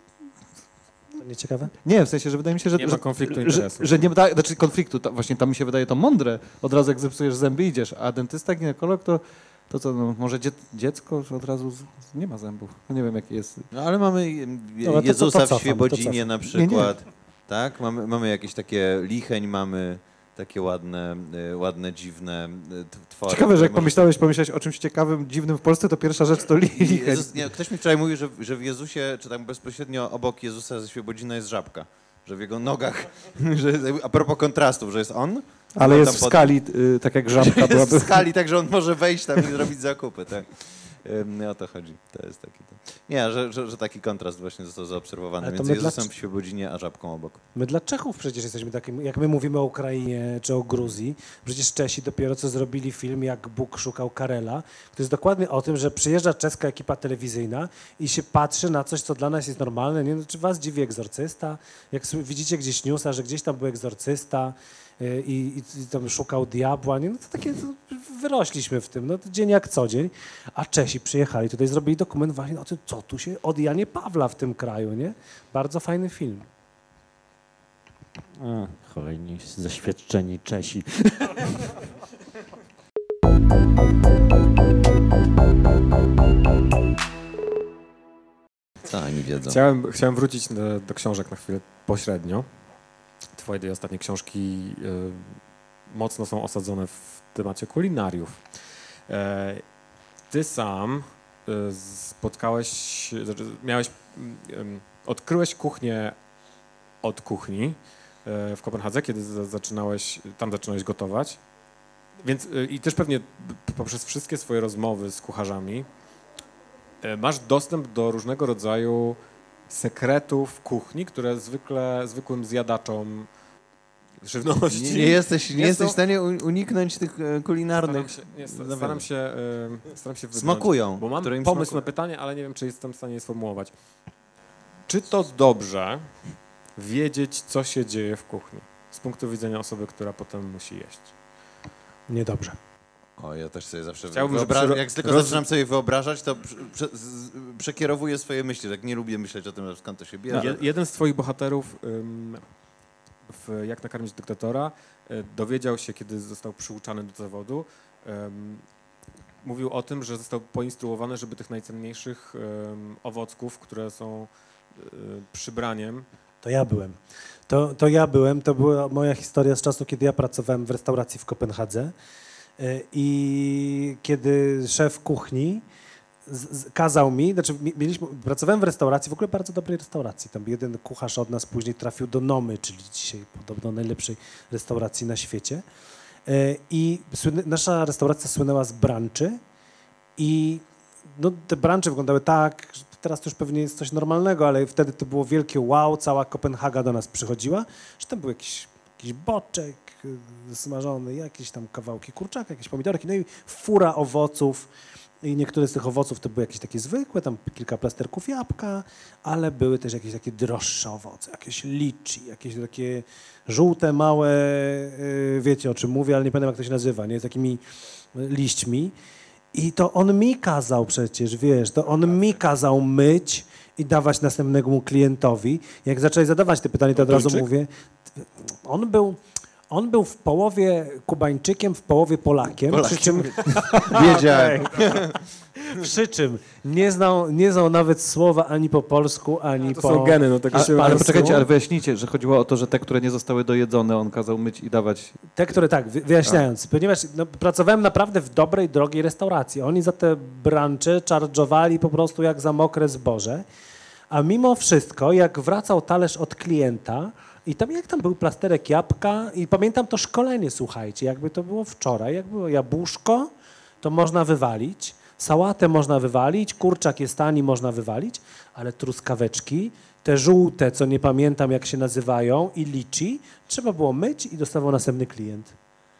To nie ciekawe? Nie, w sensie, że wydaje mi się, że... Nie ma konfliktu że, interesów. że nie ma, znaczy konfliktu, to, właśnie tam mi się wydaje to mądre. Od razu jak zepsujesz zęby idziesz, a dentysta, ginekolog to... To co, no, może dzie dziecko od razu z, nie ma zębów. No nie wiem, jaki jest... No ale mamy No, ale to Jezusa co- to cofam, w Świebodzinie to na Nie, przykład. Tak? Mamy, mamy jakieś takie licheń, mamy takie ładne, y, ładne dziwne y, t- twory. Ciekawe, że jak które pomyślałeś, pomyślałeś o czymś ciekawym, dziwnym w Polsce, to pierwsza rzecz to li- możesz- licheń. Jezus, nie, ktoś mi wczoraj mówił, że, że w Jezusie, czy tam bezpośrednio obok Jezusa ze Świebodzina jest żabka. Że w jego nogach, że, a propos kontrastów, że jest on. Ale on jest tam w pod- skali, y, tak jak żabka jest byłaby. w skali, tak że on może wejść tam i zrobić zakupy, tak. Ym, O to chodzi. To jest taki. To. Nie, że, że, że taki kontrast właśnie został zaobserwowany Ale to między my dla- Jezusem w Świebodzinie a żabką obok. My dla Czechów przecież jesteśmy takim, jak my mówimy o Ukrainie czy o Gruzji, przecież Czesi dopiero co zrobili film Jak Bóg szukał Karela, to jest dokładnie o tym, że przyjeżdża czeska ekipa telewizyjna i się patrzy na coś, co dla nas jest normalne. Nie? No, czy was dziwi egzorcysta? Jak sobie widzicie gdzieś newsa, że gdzieś tam był egzorcysta y, i, i, i tam szukał diabła, nie? No to takie, to wyrośliśmy w tym, no to dzień jak co dzień. A Czesi przyjechali tutaj, zrobili dokument właśnie o tym, co tu się od Janie Pawla w tym kraju, nie? Bardzo fajny film. A, kolejni zaświadczeni Czesi. Co oni wiedzą? Chciałem, chciałem wrócić do, do książek na chwilę pośrednio. Twoje dwie ostatnie książki y, mocno są osadzone w temacie kulinariów. E, ty sam y, spotkałeś, znaczy miałeś, y, y, odkryłeś kuchnię od kuchni, w Kopenhadze, kiedy za- zaczynałeś, tam zaczynałeś gotować. Więc y, i też pewnie p- poprzez wszystkie swoje rozmowy z kucharzami y, masz dostęp do różnego rodzaju sekretów kuchni, które zwykle zwykłym zjadaczom żywności... Nie, nie jesteś, nie nie jesteś są- w stanie u- uniknąć tych e, kulinarnych. Staram się, nie, sta- zawiadów. staram się, y, staram się wybrnąć, Smakują. bo mam które im pomysł smakują. na pytanie, ale nie wiem, czy jestem w stanie je sformułować. Czy to dobrze wiedzieć, co się dzieje w kuchni z punktu widzenia osoby, która potem musi jeść? Niedobrze. O, ja też sobie zawsze Chciałbym, żeby wyobra- przy- jak tylko roz- zaczynam sobie wyobrażać, to prze- prze- z- przekierowuję swoje myśli. Tak nie lubię myśleć o tym, skąd to się bierze. Je, jeden z twoich bohaterów ym, w Jak nakarmić dyktatora y, dowiedział się, kiedy został przyuczany do zawodu, ym, mówił o tym, że został poinstruowany, żeby tych najcenniejszych ym, owocków, które są y, przybraniem, To ja byłem. To, to ja byłem, to była moja historia z czasu, kiedy ja pracowałem w restauracji w Kopenhadze y, i kiedy szef kuchni z, z, kazał mi, znaczy mi- mieliśmy, pracowałem w restauracji, w ogóle bardzo dobrej restauracji, tam jeden kucharz od nas później trafił do Nomy, czyli dzisiaj podobno najlepszej restauracji na świecie y, i słynę, nasza restauracja słynęła z brunchy i no, te brunchy wyglądały tak, że teraz to już pewnie jest coś normalnego, ale wtedy to było wielkie wow, cała Kopenhaga do nas przychodziła, że tam był jakiś, jakiś boczek y, smażony, jakieś tam kawałki kurczaka, jakieś pomidorki, no i fura owoców i niektóre z tych owoców to były jakieś takie zwykłe, tam kilka plasterków jabłka, ale były też jakieś takie droższe owoce, jakieś liczy, jakieś takie żółte, małe, y, wiecie o czym mówię, ale nie pamiętam jak to się nazywa, nie, z takimi liśćmi. I to on mi kazał przecież, wiesz, to on mi kazał myć i dawać następnemu klientowi. Jak zaczęli zadawać te pytania, to od razu Duńczyk? mówię, on był, on był w połowie Kubańczykiem, w połowie Polakiem, Polakiem. przy czym, Wiedziałem. przy czym nie znał, nie znał nawet słowa ani po polsku, ani to po... są geny, no tak A, się ale ale poczekajcie, są- ale wyjaśnijcie, że chodziło o to, że te, które nie zostały dojedzone, on kazał myć i dawać. Te, które tak, wy- wyjaśniając, ponieważ no, pracowałem naprawdę w dobrej, drogiej restauracji. Oni za te brancze charge'owali po prostu jak za mokre zboże, a mimo wszystko, jak wracał talerz od klienta i tam jak tam był plasterek jabłka i pamiętam to szkolenie, słuchajcie, jakby to było wczoraj, jak było jabłuszko, to można wywalić, sałatę można wywalić, kurczak jest tani, można wywalić, ale truskaweczki, te żółte, co nie pamiętam jak się nazywają i liczy, trzeba było myć i dostawał następny klient.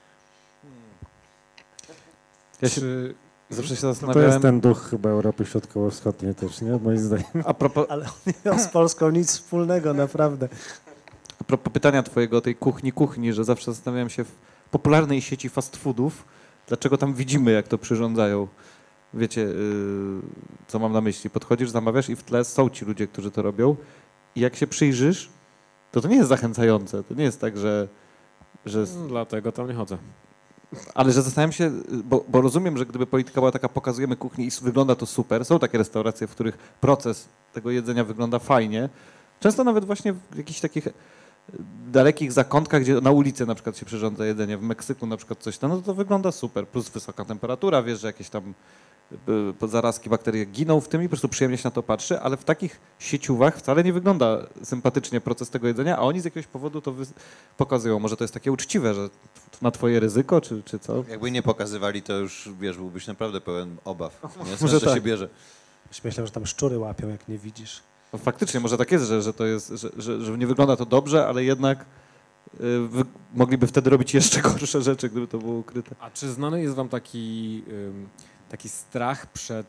Ja się Czy, zawsze się To jest zastanawiałem. ten duch chyba Europy Środkowo-Wschodniej też, nie? Moim zdaniem. A propos, Ale on nie miał z Polską nic wspólnego, naprawdę. a propos pytania twojego o tej kuchni, kuchni, że zawsze zastanawiałem się w popularnej sieci fast foodów, dlaczego tam widzimy, jak to przyrządzają. Wiecie, yy, co mam na myśli? Podchodzisz, zamawiasz i w tle są ci ludzie, którzy to robią i jak się przyjrzysz, to to nie jest zachęcające. To nie jest tak, że... że mm, dlatego tam nie chodzę. ale że zastanawiam się, bo, bo rozumiem, że gdyby polityka była taka, pokazujemy kuchnię i s- wygląda to super, są takie restauracje, w których proces tego jedzenia wygląda fajnie, często nawet właśnie w jakichś takich e, dalekich zakątkach, gdzie na ulicy na przykład się przyrządza jedzenie, w Meksyku na przykład coś tam, no to wygląda super, plus wysoka temperatura, wiesz, że jakieś tam y, zarazki, bakterie giną w tym i po prostu przyjemnie się na to patrzy, ale w takich sieciówach wcale nie wygląda sympatycznie proces tego jedzenia, a oni z jakiegoś powodu to wy- pokazują. Może to jest takie uczciwe, że na twoje ryzyko, czy, czy co? Jakby nie pokazywali, to już, wiesz, byłbyś naprawdę pełen obaw. Nie? Może Skąd to się tak. bierze. Myślałem, że tam szczury łapią, jak nie widzisz. No faktycznie, może tak jest, że, że to jest, że, że, że nie wygląda to dobrze, ale jednak y, wy, mogliby wtedy robić jeszcze gorsze rzeczy, gdyby to było ukryte. A czy znany jest wam taki, ym, taki strach przed,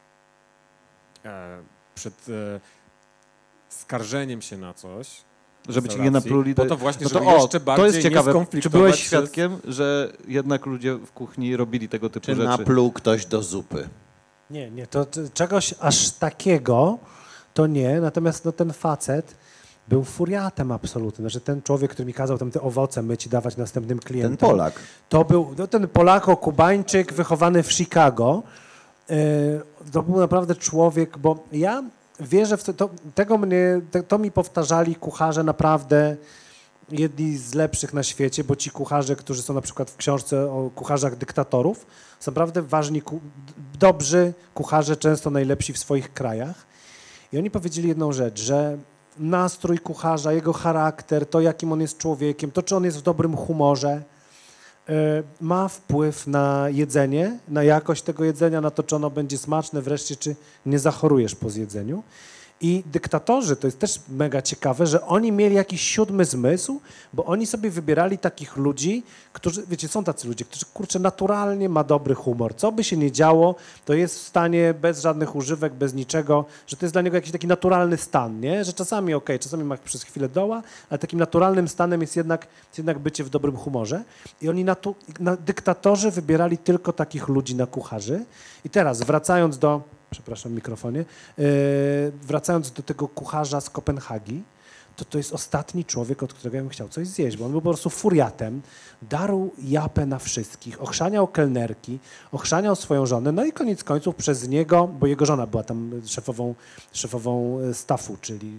e, przed e, skarżeniem się na coś? w Żeby ci nie restauracji? napluli. Po do- to właśnie, No to, żeby o, jeszcze bardziej to jest nie ciekawe. Czy skonfliktować byłeś przez- świadkiem, że jednak ludzie w kuchni robili tego typu Czy rzeczy? napluł ktoś do zupy? Nie, nie, to, to czegoś aż takiego to nie, natomiast no, ten facet był furiatem absolutnym. Znaczy ten człowiek, który mi kazał tam te owoce myć i dawać następnym klientom. Ten Polak. To był no, ten Polako-Kubańczyk wychowany w Chicago. Yy, to był naprawdę człowiek, bo ja wierzę w to, to tego mnie, to, to mi powtarzali kucharze naprawdę jedni z lepszych na świecie, bo ci kucharze, którzy są na przykład w książce o kucharzach dyktatorów, są naprawdę ważni, ku, dobrzy kucharze, często najlepsi w swoich krajach. I oni powiedzieli jedną rzecz, że nastrój kucharza, jego charakter, to jakim on jest człowiekiem, to czy on jest w dobrym humorze, y, ma wpływ na jedzenie, na jakość tego jedzenia, na to, czy ono będzie smaczne, wreszcie czy nie zachorujesz po zjedzeniu. I dyktatorzy, to jest też mega ciekawe, że oni mieli jakiś siódmy zmysł, bo oni sobie wybierali takich ludzi, którzy, wiecie, są tacy ludzie, którzy, kurczę, naturalnie ma dobry humor. Co by się nie działo, to jest w stanie bez żadnych używek, bez niczego, że to jest dla niego jakiś taki naturalny stan, nie? Że czasami okej, okay, czasami ma przez chwilę doła, ale takim naturalnym stanem jest jednak, jest jednak bycie w dobrym humorze. I oni, natu, na, dyktatorzy wybierali tylko takich ludzi na kucharzy. I teraz, wracając do... przepraszam, mikrofonie, yy, wracając do tego kucharza z Kopenhagi, to to jest ostatni człowiek, od którego ja bym chciał coś zjeść, bo on był po prostu furiatem, darł japę na wszystkich, ochrzaniał kelnerki, ochrzaniał swoją żonę, no i koniec końców przez niego, bo jego żona była tam szefową, szefową staffu, czyli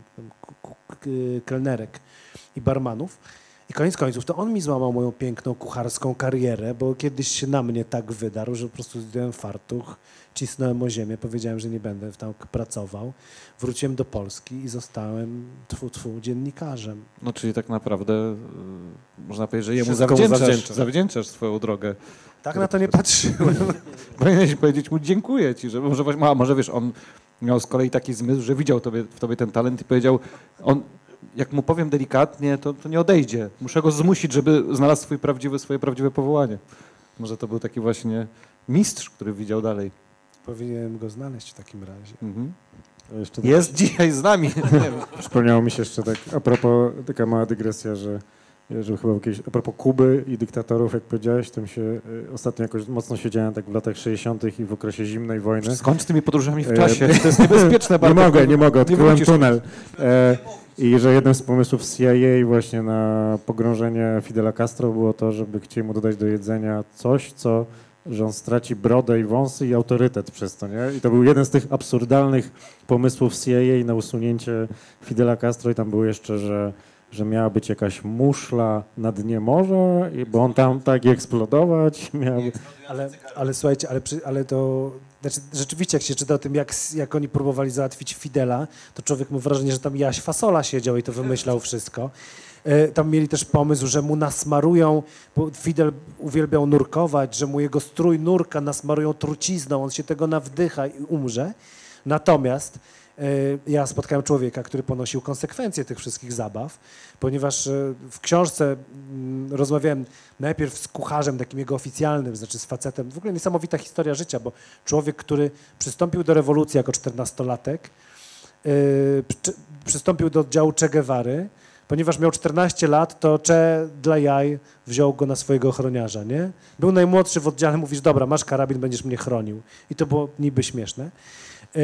kelnerek i barmanów. I koniec końców to on mi złamał moją piękną kucharską karierę, bo kiedyś się na mnie tak wydarł, że po prostu zdjąłem fartuch, cisnąłem o ziemię, powiedziałem, że nie będę tam pracował. Wróciłem do Polski i zostałem tfu, tfu, dziennikarzem. No czyli tak naprawdę y, można powiedzieć, że jemu Wszystko mu zawdzięczasz, zawdzięczasz. zawdzięczasz swoją drogę. Tak na to nie patrzyłem. Powinieneś powiedzieć mu dziękuję ci, że może, właśnie- a może wiesz, on miał z kolei taki zmysł, że widział tobie, w tobie ten talent i powiedział, on, jak mu powiem delikatnie, to, to nie odejdzie. Muszę go zmusić, żeby znalazł swój prawdziwy, swoje prawdziwe powołanie. Może to był taki właśnie mistrz, który widział dalej. Powinienem go znaleźć w takim razie. Mhm. Jeszcze tak, Jest dzisiaj z nami. Nie wiem. przypomniało mi się jeszcze tak, a propos, taka mała dygresja, że, że chyba jakieś, a propos Kuby i dyktatorów, jak powiedziałeś, to mi się y, ostatnio jakoś mocno siedziałem tak w latach sześćdziesiątych i w okresie zimnej wojny. Skończ z tymi podróżami w E, czasie. To jest niebezpieczne Nie bardzo. mogę, nie mogę, odkryłem wrócisz. tunel. E, I że jednym z pomysłów C I A właśnie na pogrążenie Fidela Castro było to, żeby chcieli mu dodać do jedzenia coś, co, że on straci brodę i wąsy i autorytet przez to, nie? I to był jeden z tych absurdalnych pomysłów C I A na usunięcie Fidela Castro i tam było jeszcze, że, że miała być jakaś muszla na dnie morza, i, bo on tam tak eksplodować miał. Ale, ale słuchajcie, ale, przy, ale to... Znaczy, rzeczywiście, jak się czyta o tym, jak, jak oni próbowali załatwić Fidela, to człowiek ma wrażenie, że tam Jaś Fasola siedział i to wymyślał wszystko. E, tam mieli też pomysł, że mu nasmarują, bo Fidel uwielbiał nurkować, że mu jego strój nurka nasmarują trucizną, on się tego nawdycha i umrze. Natomiast e, ja spotkałem człowieka, który ponosił konsekwencje tych wszystkich zabaw, ponieważ e, w książce mm, rozmawiałem najpierw z kucharzem takim jego oficjalnym, znaczy z facetem, w ogóle niesamowita historia życia, bo człowiek, który przystąpił do rewolucji jako czternastolatek, yy, przy, przystąpił do oddziału Che Guevary, ponieważ miał czternaście lat, to Che dla jaj wziął go na swojego ochroniarza, nie? Był najmłodszy w oddziale, mówisz, dobra, masz karabin, będziesz mnie chronił. I to było niby śmieszne. Yy,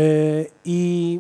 I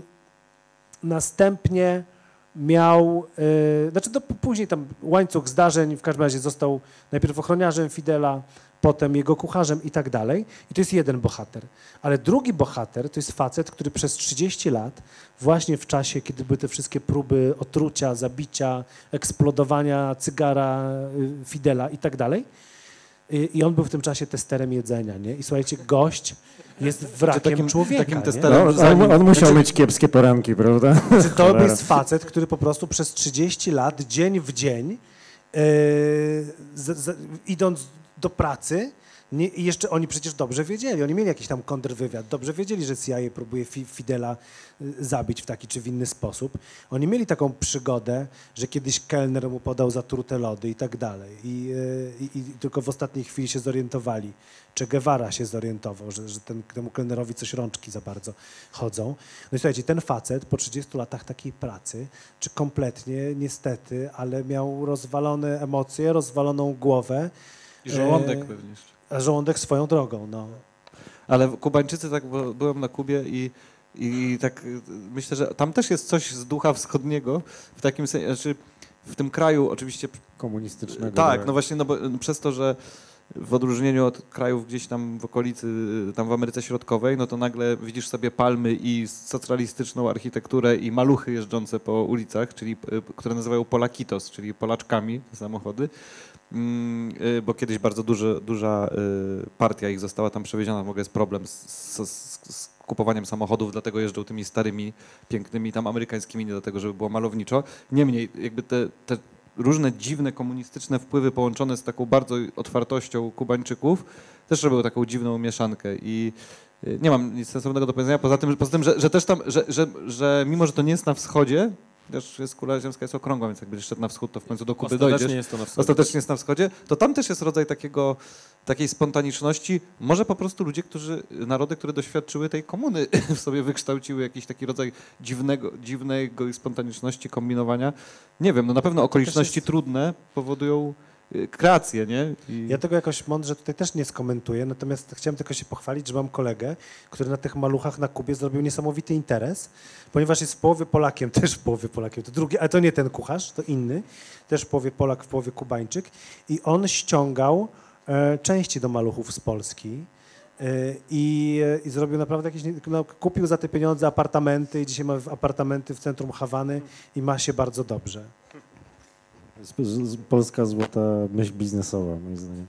następnie miał, yy, znaczy do, później tam łańcuch zdarzeń, w każdym razie został najpierw ochroniarzem Fidela, potem jego kucharzem i tak dalej. I to jest jeden bohater. Ale drugi bohater to jest facet, który przez trzydzieści lat, właśnie w czasie, kiedy były te wszystkie próby otrucia, zabicia, eksplodowania cygara yy, Fidela i tak dalej, yy, i on był w tym czasie testerem jedzenia, nie? I słuchajcie, gość jest wrakiem takim- człowieka, takim nie? testerem- No, on, on musiał mieć kiepskie poranki, prawda? Czy to Cholera. jest facet, który po prostu przez trzydzieści lat, dzień w dzień, yy, z, z, idąc do pracy, nie, i jeszcze oni przecież dobrze wiedzieli, oni mieli jakiś tam kontrwywiad, dobrze wiedzieli, że C I A próbuje Fi, Fidela y, zabić w taki czy w inny sposób. Oni mieli taką przygodę, że kiedyś kelner mu podał zatrute lody i tak dalej. I, y, i, i tylko w ostatniej chwili się zorientowali. Che Guevara się zorientował, że, że ten, temu kelnerowi coś rączki za bardzo chodzą. No i słuchajcie, ten facet po trzydziestu latach takiej pracy, czy kompletnie, niestety, ale miał rozwalone emocje, rozwaloną głowę, I żołądek E, pewnie jeszcze. a żołądek swoją drogą, no. Ale Kubańczycy, tak, bo byłem na Kubie i, i tak y, myślę, że tam też jest coś z ducha wschodniego, w takim sensie, znaczy w tym kraju oczywiście, Komunistycznego. tak, no właśnie, no bo no przez to, że w odróżnieniu od krajów gdzieś tam w okolicy, y, tam w Ameryce Środkowej, no to nagle widzisz sobie palmy i socjalistyczną architekturę i maluchy jeżdżące po ulicach, czyli y, które nazywają Polakitos, czyli Polaczkami, te samochody. Mm, y, bo kiedyś bardzo duży, duża y, partia ich została tam przewieziona, w ogóle jest problem z, z, z, z kupowaniem samochodów, dlatego jeżdżą tymi starymi, pięknymi, tam amerykańskimi, nie dlatego, żeby było malowniczo. Niemniej, jakby te, te różne dziwne komunistyczne wpływy połączone z taką bardzo otwartością Kubańczyków też robią taką dziwną mieszankę i nie mam nic sensownego do powiedzenia, poza tym, poza tym że, że też tam, że, że, że mimo, że to nie jest na wschodzie, też jest kula ziemska jest okrągła, więc jak będziesz szedł na wschód, to w końcu do Kuby Ostatecznie dojdziesz. jest to na wschodzie. Ostatecznie jest na wschodzie, to tam też jest rodzaj takiego, takiej spontaniczności. Może po prostu ludzie, którzy, narody, które doświadczyły tej komuny, w sobie wykształciły jakiś taki rodzaj dziwnego, dziwnego spontaniczności, kombinowania. Nie wiem, no na pewno okoliczności jest... trudne powodują kreację, nie? I... Ja tego jakoś mądrze tutaj też nie skomentuję, natomiast chciałem tylko się pochwalić, że mam kolegę, który na tych maluchach na Kubie zrobił niesamowity interes, ponieważ jest w połowie Polakiem, też w połowie Polakiem, to drugi, ale to nie ten kucharz, to inny, też w połowie Polak, w połowie Kubańczyk i on ściągał e, części do maluchów z Polski e, i, e, i zrobił naprawdę jakieś, no, kupił za te pieniądze apartamenty i dzisiaj ma apartamenty w centrum Hawany i ma się bardzo dobrze. Z, z, polska złota myśl biznesowa, moim zdaniem.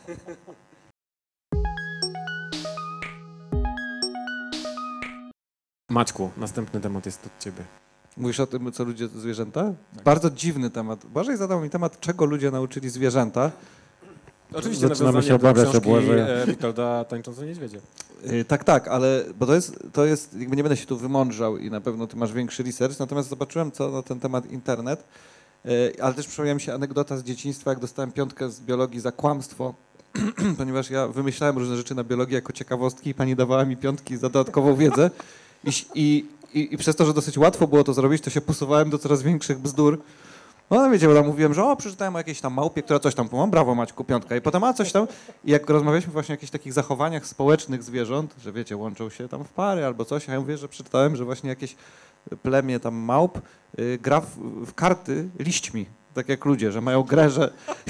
Maćku, następny temat jest od ciebie. Mówisz o tym, co ludzie, zwierzęta? Bardzo dziwny temat. Błażej zadał mi temat, czego ludzie nauczyli zwierzęta. Oczywiście Zaczynamy nawiązanie się do obawiać o książki Błażeja. e, Witolda Tańczące niedźwiedzie. Yy, tak, tak, ale bo to jest, to jest, jakby nie będę się tu wymądrzał i na pewno ty masz większy research, natomiast zobaczyłem co na ten temat internet, yy, ale też przypomniała mi się anegdota z dzieciństwa, jak dostałem piątkę z biologii za kłamstwo, ponieważ ja wymyślałem różne rzeczy na biologii jako ciekawostki i pani dawała mi piątki za dodatkową wiedzę i, i, i, i przez to, że dosyć łatwo było to zrobić, to się posuwałem do coraz większych bzdur. No wiecie, bo tam mówiłem, że o, przeczytałem o jakiejś tam małpie, która coś tam, mam brawo Maćku, piątka. I potem a coś tam. I jak rozmawialiśmy właśnie o jakichś takich zachowaniach społecznych zwierząt, że wiecie, łączą się tam w pary albo coś, a ja mówię, że przeczytałem, że właśnie jakieś plemię tam małp y, gra w, w karty liśćmi, tak jak ludzie, że mają grę, że...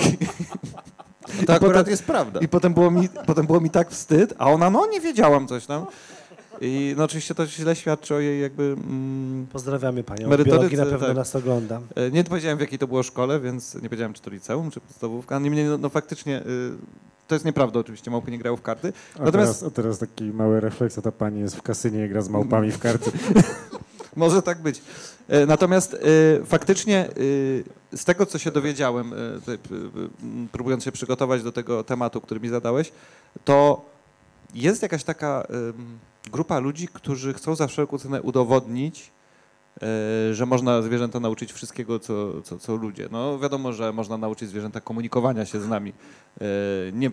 To akurat potem, jest prawda. I potem było, mi, potem było mi tak wstyd, a ona, no nie wiedziałam coś tam. I no oczywiście to źle świadczy o jej jakby... Mm, Pozdrawiamy panią. merytoryce, Biologii na pewno tak. nas ogląda. E, Nie powiedziałem, w jakiej to było szkole, więc nie powiedziałem, czy to liceum, czy podstawówka. Niemniej, no, no faktycznie, y, to jest nieprawda oczywiście, małpy nie grają w karty. A, Natomiast teraz, a teraz taki mały refleks, a ta pani jest w kasynie i gra z małpami w karty. może tak być. E, Natomiast y, faktycznie y, z tego, co się dowiedziałem, y, tutaj, y, y, próbując się przygotować do tego tematu, który mi zadałeś, to jest jakaś taka y, grupa ludzi, którzy chcą za wszelką cenę udowodnić, y, że można zwierzęta nauczyć wszystkiego, co, co, co ludzie. No wiadomo, że można nauczyć zwierzęta komunikowania się z nami. Y, nie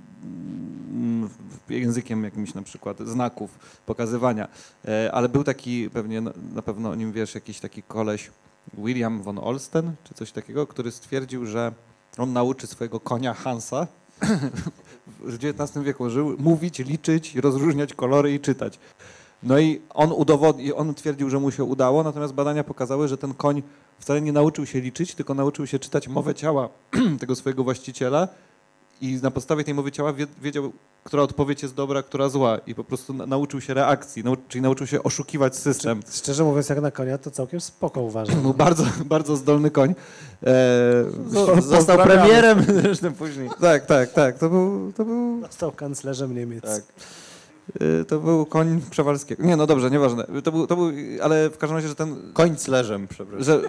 mm, językiem jakimś na przykład znaków, pokazywania. E, Ale był taki, pewnie na, na pewno o nim wiesz, jakiś taki koleś, William von Olsten, czy coś takiego, który stwierdził, że on nauczy swojego konia Hansa, w dziewiętnastym wieku żył, mówić, liczyć, rozróżniać kolory i czytać. No i on udowodnił, on twierdził, że mu się udało, natomiast badania pokazały, że ten koń wcale nie nauczył się liczyć, tylko nauczył się czytać mowę ciała tego swojego właściciela i na podstawie tej mowy ciała wie- wiedział, która odpowiedź jest dobra, która zła i po prostu na- nauczył się reakcji, nau- czyli nauczył się oszukiwać system. Szczerze mówiąc, jak na konia, to całkiem spoko uważam. Był bardzo, bardzo zdolny koń. E, Został został premierem zresztą później. Tak, tak, tak. To był, to był, Został kanclerzem Niemiec. tak. E, to był koń Przewalskiego. Nie, no dobrze, nieważne. To był, to był, ale w każdym razie, że ten... Koń z leżem, przepraszam. Że...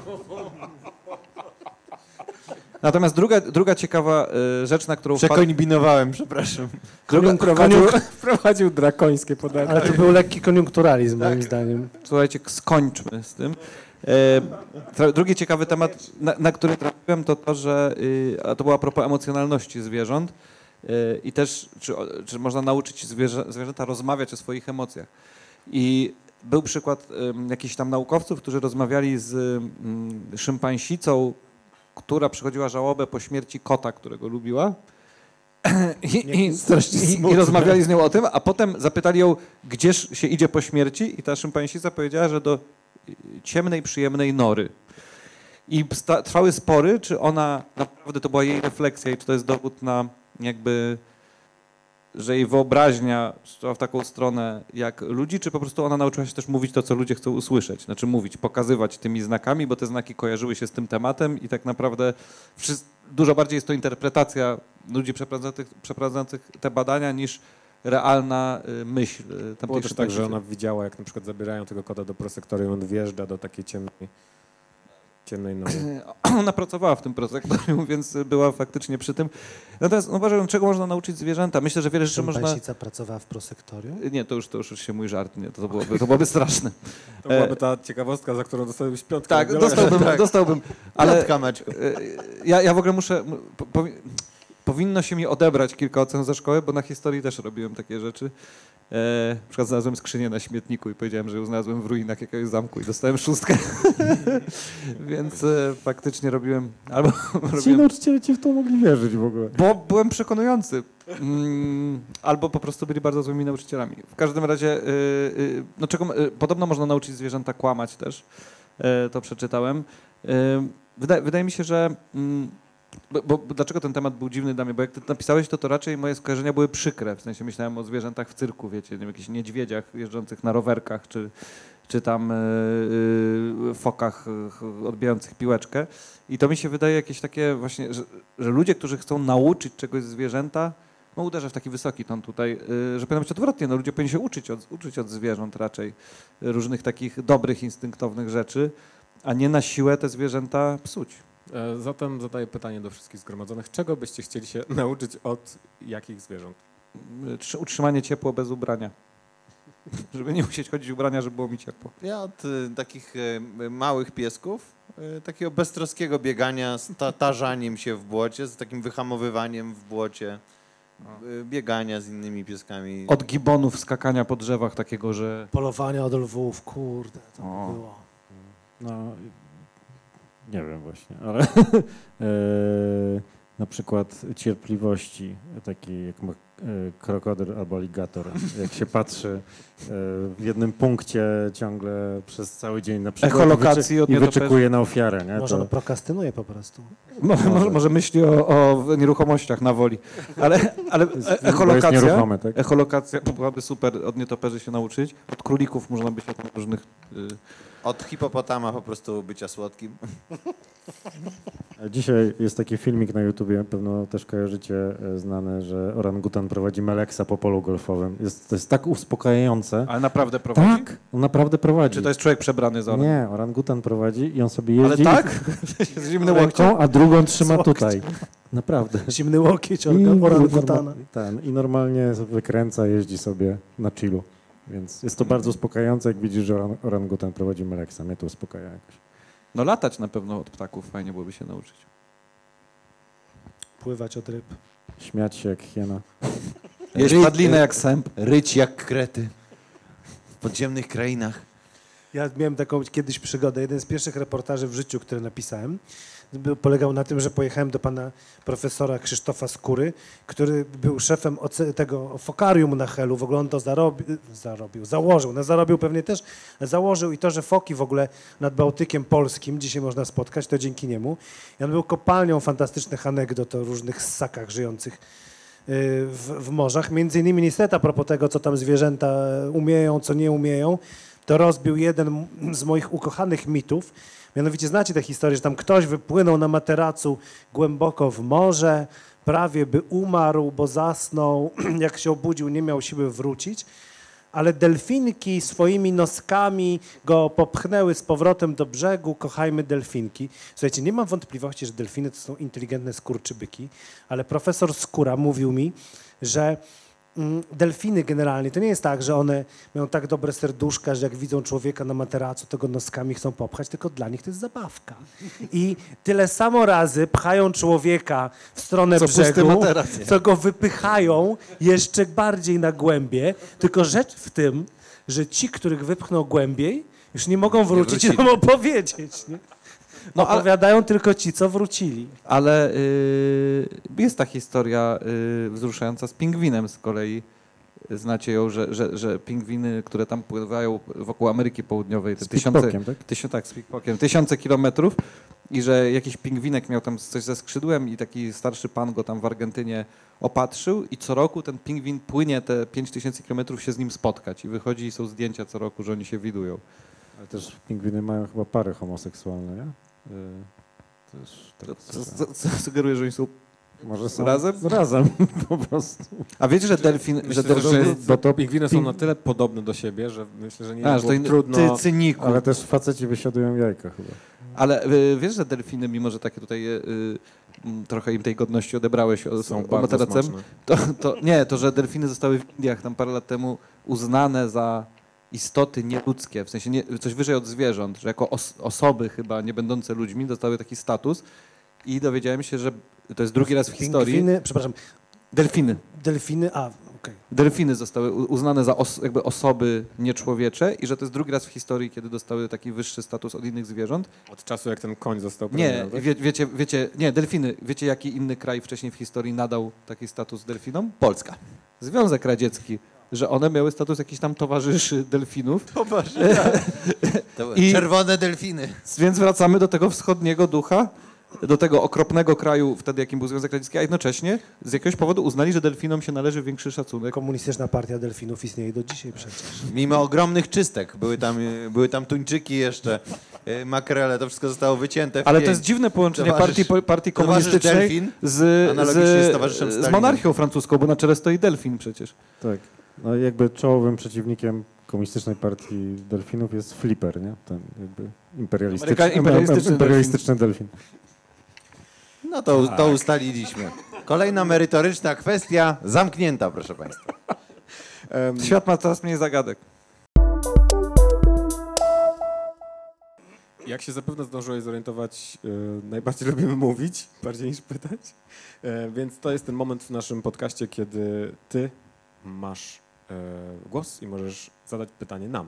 Natomiast druga, druga ciekawa e, rzecz, na którą wpadł... Przekombinowałem, przepraszam. Druga, Prowadził, prowadził drakońskie podanie. Ale to był lekki koniunkturalizm, moim zdaniem. Słuchajcie, skończmy z tym. E, tra- drugi ciekawy temat, na, na który trafiłem, to to, że y, a to było a propos emocjonalności zwierząt y, i też, czy, o- czy można nauczyć zwierzę, zwierzęta rozmawiać o swoich emocjach. I był przykład y, jakichś tam naukowców, którzy rozmawiali z y, szympansicą, która przychodziła żałobę po śmierci kota, którego lubiła. I, i, i, I rozmawiali z nią o tym, a potem zapytali ją, gdzież się idzie po śmierci i ta szympansica powiedziała, że do ciemnej, przyjemnej nory. I sta- trwały spory, czy ona naprawdę to była jej refleksja i czy to jest dowód na jakby, że jej wyobraźnia szła w taką stronę jak ludzi, czy po prostu ona nauczyła się też mówić to, co ludzie chcą usłyszeć. Znaczy mówić, pokazywać tymi znakami, bo te znaki kojarzyły się z tym tematem i tak naprawdę wszy- dużo bardziej jest to interpretacja ludzi przeprowadzących, przeprowadzących te badania niż realna y, myśl y, tamtej Było też tak, sztuki. że ona widziała, jak na przykład zabierają tego kota do prosektorium, on wjeżdża do takiej ciemnej, ciemnej nory. Ona pracowała w tym prosektorium, więc była faktycznie przy tym. Natomiast no, uważam, czego można nauczyć zwierzęta. Myślę, że wiele rzeczy Czy można... Państwica pracowała w prosektorium? Nie, to już, to już się mój żart, nie, to byłoby, to byłoby straszne. To byłaby ta ciekawostka, za którą dostałeś piątkę. Tak, na biologię. dostałbym, Tak. dostałbym, ale Piątka, Maćku. e, ja, ja w ogóle muszę, m- po, powi- powinno się mi odebrać kilka ocen za szkołę, bo na historii też robiłem takie rzeczy. E, na przykład znalazłem skrzynię na śmietniku i powiedziałem, że ją znalazłem w ruinach jakiegoś zamku i dostałem szóstkę. Więc e, faktycznie robiłem, albo Ci robiłem, nauczyciele ci w to mogli wierzyć w ogóle. bo byłem przekonujący. Mm, albo po prostu byli bardzo złymi nauczycielami. W każdym razie, y, y, no czego, y, podobno można nauczyć zwierzęta kłamać też. Y, to przeczytałem. Y, wydaje, wydaje mi się, że... Mm, bo, bo, bo dlaczego ten temat był dziwny dla mnie? Bo jak ty napisałeś to, to raczej moje skojarzenia były przykre. W sensie myślałem o zwierzętach w cyrku, wiecie, nie wiem, jakichś niedźwiedziach jeżdżących na rowerkach, czy, czy tam y, y, fokach y, odbijających piłeczkę. I to mi się wydaje jakieś takie właśnie, że, że ludzie, którzy chcą nauczyć czegoś zwierzęta, no uderzę w taki wysoki ton tutaj, y, że powinno być odwrotnie. No, ludzie powinni się uczyć od, uczyć od zwierząt raczej różnych takich dobrych, instynktownych rzeczy, a nie na siłę te zwierzęta psuć. E, Zatem zadaję pytanie do wszystkich zgromadzonych. Czego byście chcieli się nauczyć od jakich zwierząt? Y, trzy- Utrzymanie ciepło bez ubrania. Żeby nie musieć chodzić w ubrania, żeby było mi ciepło. Ja od y, takich y, małych piesków, y, takiego beztroskiego biegania z ta, tarzaniem się w błocie, z takim wyhamowywaniem w błocie, y, biegania z innymi pieskami. Od gibonów, skakania po drzewach takiego, że... Polowania od lwów, kurde, to O. było. No, nie wiem właśnie, ale e, na przykład cierpliwości, taki jak ma e, krokodyl albo aligator, jak się patrzy e, w jednym punkcie ciągle przez cały dzień na przykład Echolokacji od i nietoperzy. wyczekuje na ofiarę. Nie? Może To, on prokastynuje po prostu. Może, może, może myśli o, o nieruchomościach na woli, ale, ale jest- e- bo jest echolokacja, nieruchome, tak? echolokacja to byłaby super od nietoperzy się nauczyć. Od królików można by się od różnych... Y, Od hipopotama po prostu bycia słodkim. A dzisiaj jest taki filmik na YouTubie, pewno też kojarzycie, e, znany, że orangutan prowadzi Meleksa po polu golfowym. Jest, to jest tak uspokajające. ale naprawdę prowadzi? Tak, on naprawdę prowadzi. Czy to jest człowiek przebrany za orangutan? Nie, orangutan prowadzi i on sobie Ale jeździ tak? Z zimnym łokciem? ręką, a drugą trzyma Z łokciem. tutaj. Naprawdę. Zimny łokieć I, orga- orangutana. norma- ten, I normalnie wykręca, jeździ sobie na chillu. Więc jest to bardzo uspokajające, jak widzisz, że orang- orangutan prowadzi Meleksa. Mnie to uspokaja jakoś. No latać na pewno od ptaków fajnie byłoby się nauczyć. Pływać od ryb. Śmiać się jak hiena. Jeść Ry- padlinę jak sęp. Ryć jak krety w podziemnych krainach. Ja miałem taką kiedyś przygodę. Jeden z pierwszych reportaży w życiu, który napisałem, był, polegał na tym, że pojechałem do pana profesora Krzysztofa Skóry, który był szefem oce- tego fokarium na Helu. W ogóle on to zarobi, zarobił, założył. No zarobił pewnie też, założył i to, że foki w ogóle nad Bałtykiem Polskim dzisiaj można spotkać, to dzięki niemu. I on był kopalnią fantastycznych anegdot o różnych ssakach żyjących w, w morzach. Między innymi niestety a propos tego, co tam zwierzęta umieją, co nie umieją, to rozbił jeden z moich ukochanych mitów. Mianowicie znacie tę historię, że tam ktoś wypłynął na materacu głęboko w morze, prawie by umarł, bo zasnął, jak się obudził, nie miał siły wrócić, ale delfinki swoimi noskami go popchnęły z powrotem do brzegu, kochajmy delfinki. Słuchajcie, nie mam wątpliwości, że delfiny to są inteligentne skurczybyki, ale profesor Skóra mówił mi, że mm, delfiny generalnie, to nie jest tak, że one mają tak dobre serduszka, że jak widzą człowieka na materacu, to go noskami chcą popchać, tylko dla nich to jest zabawka. I tyle samo razy pchają człowieka w stronę Co pusty brzegu, materac. co go wypychają jeszcze bardziej na głębie, tylko rzecz w tym, że ci, których wypchną głębiej, już nie mogą wrócić i wrócili. nam opowiedzieć. Nie? No, ale- Opowiadają tylko ci, co wrócili. Ale y, jest ta historia y, wzruszająca z pingwinem z kolei. Znacie ją, że, że, że pingwiny, które tam pływają wokół Ameryki Południowej, te Z tysiące, pickpockiem, tak? tysiące, tak, z pickpockiem, tysiące kilometrów i że jakiś pingwinek miał tam coś ze skrzydłem i taki starszy pan go tam w Argentynie opatrzył i co roku ten pingwin płynie te pięć tysięcy kilometrów się z nim spotkać i wychodzi i są zdjęcia co roku, że oni się widują. Ale też pingwiny mają chyba pary homoseksualne, nie? Y, Też, tak To, to, to, to sugeruje, że oni są Może są Razem? Razem, po prostu. A wiecie, że delfin... Myślę, że że, delfiny, że bo to pingwiny są ping- na tyle podobne do siebie, że myślę, że nie A, że to było in, trudno... ty cyniku. Ale też faceci wysiadują jajka chyba. Ale y, wiesz, że delfiny, mimo że takie tutaj y, y, trochę im tej godności odebrałeś o, są o bardzo materacem, smaczne. to, to nie, to że delfiny zostały w Indiach tam parę lat temu uznane za istoty nieludzkie, w sensie nie, coś wyżej od zwierząt, że jako os, osoby chyba nie będące ludźmi dostały taki status i dowiedziałem się, że to jest drugi raz w historii. Pingwiny, przepraszam, Delfiny. delfiny, a, okej. Delfiny zostały u- uznane za os, jakby osoby nieczłowiecze i że to jest drugi raz w historii, kiedy dostały taki wyższy status od innych zwierząt. Od czasu, jak ten koń został Nie, premierem, tak? wie, wiecie, wiecie, nie, delfiny. Wiecie, jaki inny kraj wcześniej w historii nadał taki status delfinom? Polska. Związek Radziecki, że one miały status jakichś tam towarzyszy delfinów. To I- czerwone delfiny. Więc wracamy do tego wschodniego ducha, do tego okropnego kraju, wtedy jakim był Związek Radziecki, a jednocześnie z jakiegoś powodu uznali, że delfinom się należy większy szacunek. Komunistyczna partia delfinów istnieje do dzisiaj przecież. Mimo ogromnych czystek. Były tam, y, były tam tuńczyki jeszcze, y, makrele, to wszystko zostało wycięte w Ale pięć. to jest dziwne połączenie Towarzysz- partii, po- partii towarzysz komunistycznej delfin, z, analogicznie z z, towarzyszem z Stalinem. monarchią francuską, bo na czele stoi delfin przecież. Tak. No jakby czołowym przeciwnikiem komunistycznej partii delfinów jest Flipper, nie? Ten jakby imperialistyczny, Ameryka- imperialistyczny imperialistyczny delfin. No to, to ustaliliśmy. Kolejna merytoryczna kwestia zamknięta, proszę Państwa. Em, Świat ma coraz mniej zagadek. Jak się zapewne zdążyłeś zorientować, e, najbardziej lubimy mówić, bardziej niż pytać. E, więc to jest ten moment w naszym podcaście, kiedy ty masz e, głos i możesz zadać pytanie nam.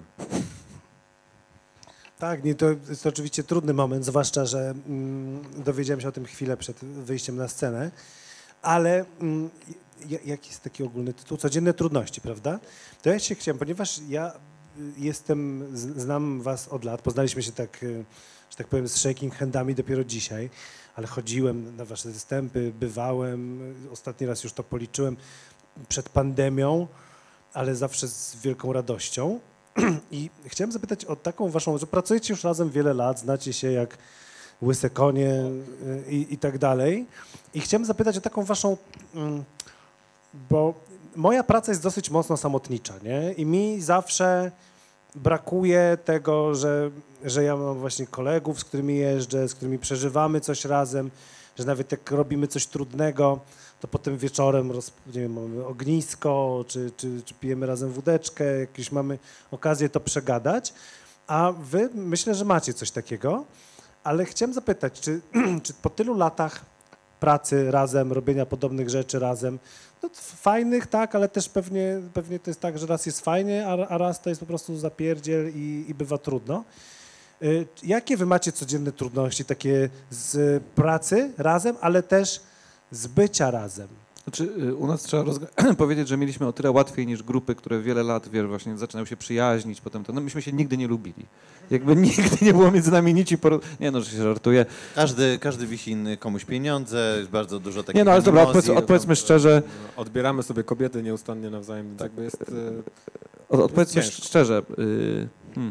Tak, nie, to jest oczywiście trudny moment, zwłaszcza, że mm, dowiedziałem się o tym chwilę przed wyjściem na scenę, ale mm, j- jaki jest taki ogólny tytuł? Codzienne trudności, prawda? To ja się chciałem, ponieważ ja y, jestem, z- znam was od lat, poznaliśmy się tak, y, że tak powiem, z shaking handami dopiero dzisiaj, ale chodziłem na wasze występy, bywałem, y, ostatni raz już to policzyłem przed pandemią, ale zawsze z wielką radością. I chciałem zapytać o taką waszą, że pracujecie już razem wiele lat, znacie się jak łyse konie y, i, i tak dalej. I chciałem zapytać o taką waszą, mm, bo moja praca jest dosyć mocno samotnicza, nie? I mi zawsze brakuje tego, że, że ja mam właśnie kolegów, z którymi jeżdżę, z którymi przeżywamy coś razem, że nawet jak robimy coś trudnego, to potem wieczorem roz, nie wiem, mamy ognisko, czy, czy, czy pijemy razem wódeczkę, jakieś mamy okazję to przegadać, a wy myślę, że macie coś takiego, ale chciałem zapytać, czy, czy po tylu latach pracy razem, robienia podobnych rzeczy razem, no fajnych, tak, ale też pewnie, pewnie to jest tak, że raz jest fajnie, a, a raz to jest po prostu zapierdziel i, i bywa trudno. Y, Jakie wy macie codzienne trudności takie z pracy razem, ale też z bycia razem? Znaczy, y, u nas trzeba rozga- powiedzieć, że mieliśmy o tyle łatwiej niż grupy, które wiele lat, wiesz, właśnie zaczynają się przyjaźnić, potem to, no myśmy się nigdy nie lubili. Jakby nigdy nie było między nami nici, por... nie no, że się żartuję. Każdy, każdy wisi inny komuś pieniądze, jest bardzo dużo takich Nie no, ale dobra, animozji. odpowiedz, odpowiedzmy szczerze, Odbieramy sobie kobiety nieustannie nawzajem, więc jakby jest... e, od, odpowiedzmy ciężko. szczerze. Y, hmm,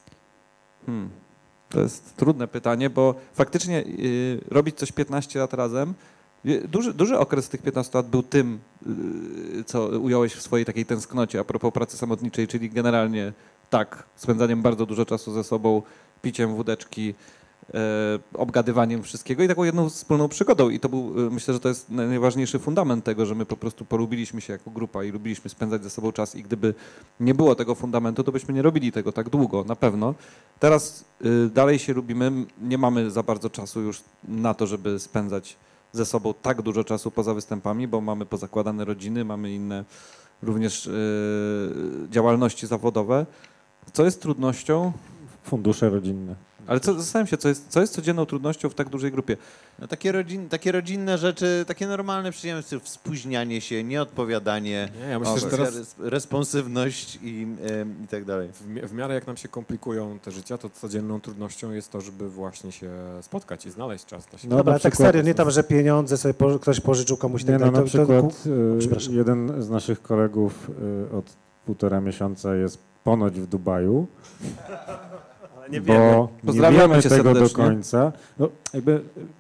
hmm. To jest trudne pytanie, bo faktycznie y, robić coś piętnaście lat razem, y, duży, duży okres tych piętnastu lat był tym, y, co ująłeś w swojej takiej tęsknocie a propos pracy samotniczej, czyli generalnie tak, spędzaniem bardzo dużo czasu ze sobą, piciem wódeczki, e, obgadywaniem wszystkiego i taką jedną wspólną przygodą. I to był, e, myślę, że to jest naj- najważniejszy fundament tego, że my po prostu polubiliśmy się jako grupa i lubiliśmy spędzać ze sobą czas i gdyby nie było tego fundamentu, to byśmy nie robili tego tak długo, na pewno. Teraz e, dalej się lubimy, m- nie mamy za bardzo czasu już na to, żeby spędzać ze sobą tak dużo czasu poza występami, bo mamy pozakładane rodziny, mamy inne również e, działalności zawodowe. Co jest trudnością? Fundusze rodzinne. Ale co, zastanawiam się, co jest, co jest codzienną trudnością w tak dużej grupie? No, takie, rodzin, takie rodzinne rzeczy, takie normalne przyjemności, spóźnianie się, nieodpowiadanie, Nie, ja myślę, że kwestia teraz res, responsywność i, em, i tak dalej. w, mi- w miarę jak nam się komplikują te życia, to codzienną trudnością jest to, żeby właśnie się spotkać i znaleźć czas na siebie. No, Dobra, na tak przykład- serio, nie tam, że pieniądze sobie po, ktoś pożyczył komuś i Nie, tak no, dalej. na To- to- przykład ku- y, przepraszam. jeden z naszych kolegów y, od półtora miesiąca jest ponoć w Dubaju, nie bo nie Pozdrawiamy wiemy cię tego do serdecznie. końca. No, jakby, y,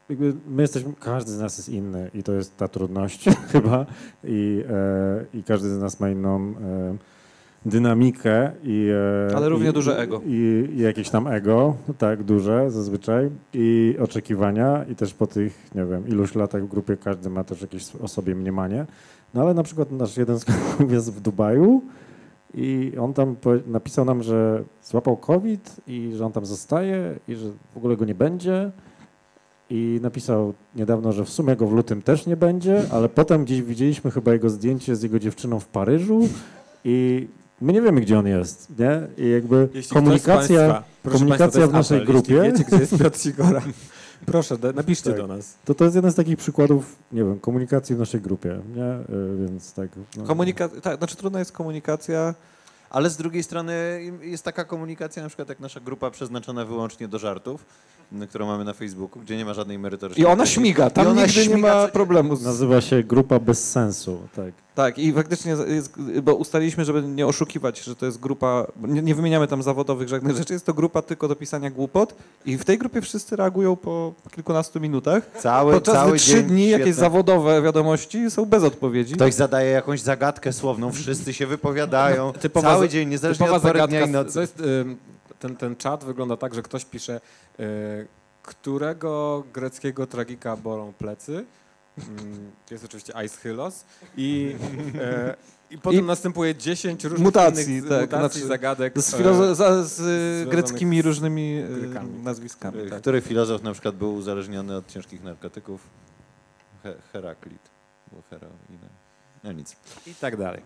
jakby my jesteśmy, każdy z nas jest inny i to jest ta trudność chyba i, e, i każdy z nas ma inną e, dynamikę i... E, Ale równie i, duże ego. I, I jakieś tam ego, tak, duże zazwyczaj i oczekiwania i też po tych, nie wiem, iluś latach w grupie każdy ma też jakieś o sobie mniemanie. No ale na przykład nasz jeden z kolegów jest w Dubaju i on tam powie- napisał nam, że złapał COVID i że on tam zostaje i że w ogóle go nie będzie. I napisał niedawno, że w sumie go w lutym też nie będzie, ale potem gdzieś widzieliśmy chyba jego zdjęcie z jego dziewczyną w Paryżu i my nie wiemy, gdzie on jest, nie? I jakby Jeśli komunikacja, ktoś z państwa, proszę komunikacja państwa, to w naszej jest apel. grupie, Jeśli wiecie, gdzie jest Piotr Sikora, proszę, da- napiszcie Tak. do nas. to to jest jeden z takich przykładów, nie wiem, komunikacji w naszej grupie, nie? Y, Więc tak. No. Komunika- tak, znaczy trudna jest komunikacja. Ale z drugiej strony jest taka komunikacja, na przykład jak nasza grupa przeznaczona wyłącznie do żartów, m, którą mamy na Facebooku, gdzie nie ma żadnej merytorycznej... I ona śmiga, tam I ona nigdy nie śmiga ma co- problemu. Z... Nazywa się grupa bez sensu, tak. Tak, i faktycznie, jest, bo ustaliliśmy, żeby nie oszukiwać, że to jest grupa, nie, nie wymieniamy tam zawodowych żadnych rzeczy, jest to grupa tylko do pisania głupot i w tej grupie wszyscy reagują po kilkunastu minutach. Cały, Podczas cały gdy trzy dzień dni jakieś świetne. zawodowe wiadomości są bez odpowiedzi. Ktoś zadaje jakąś zagadkę słowną, wszyscy się wypowiadają, Typowa cały za- dzień, niezależnie Typowa od pory dnia zagadka, i nocy. to jest, ym, ten, ten czat wygląda tak, że ktoś pisze, y, którego greckiego tragika bolą plecy. Mm, jest oczywiście Aeschylos i, e, i potem I następuje dziesięć różnych mutacji, innych tak, mutacji, znaczy zagadek. Z, e, filozo- za, z związanych greckimi z różnymi e, Grykami. nazwiskami. Tak. Który filozof na przykład był uzależniony od ciężkich narkotyków? He- Heraklit. Było heroina. No nic. I tak dalej.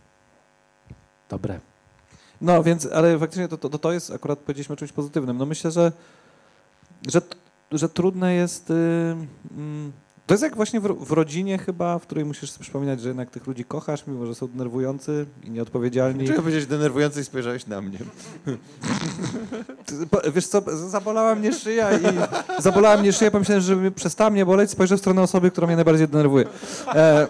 Dobre. No więc, ale faktycznie to, to, to jest, akurat powiedzieliśmy o czymś pozytywnym. No myślę, że, że, że trudne jest... y, mm, to jest jak właśnie w, ro- w rodzinie chyba, w której musisz sobie przypominać, że jednak tych ludzi kochasz, mimo że są denerwujący i nieodpowiedzialni. Czego powiedzieć denerwujący i spojrzałeś na mnie? Ty- po- Wiesz co, zabolała mnie szyja i zabolała mnie szyja, pomyślałem, że mnie- przestała mnie boleć, spojrzę w stronę osoby, która mnie najbardziej denerwuje. E,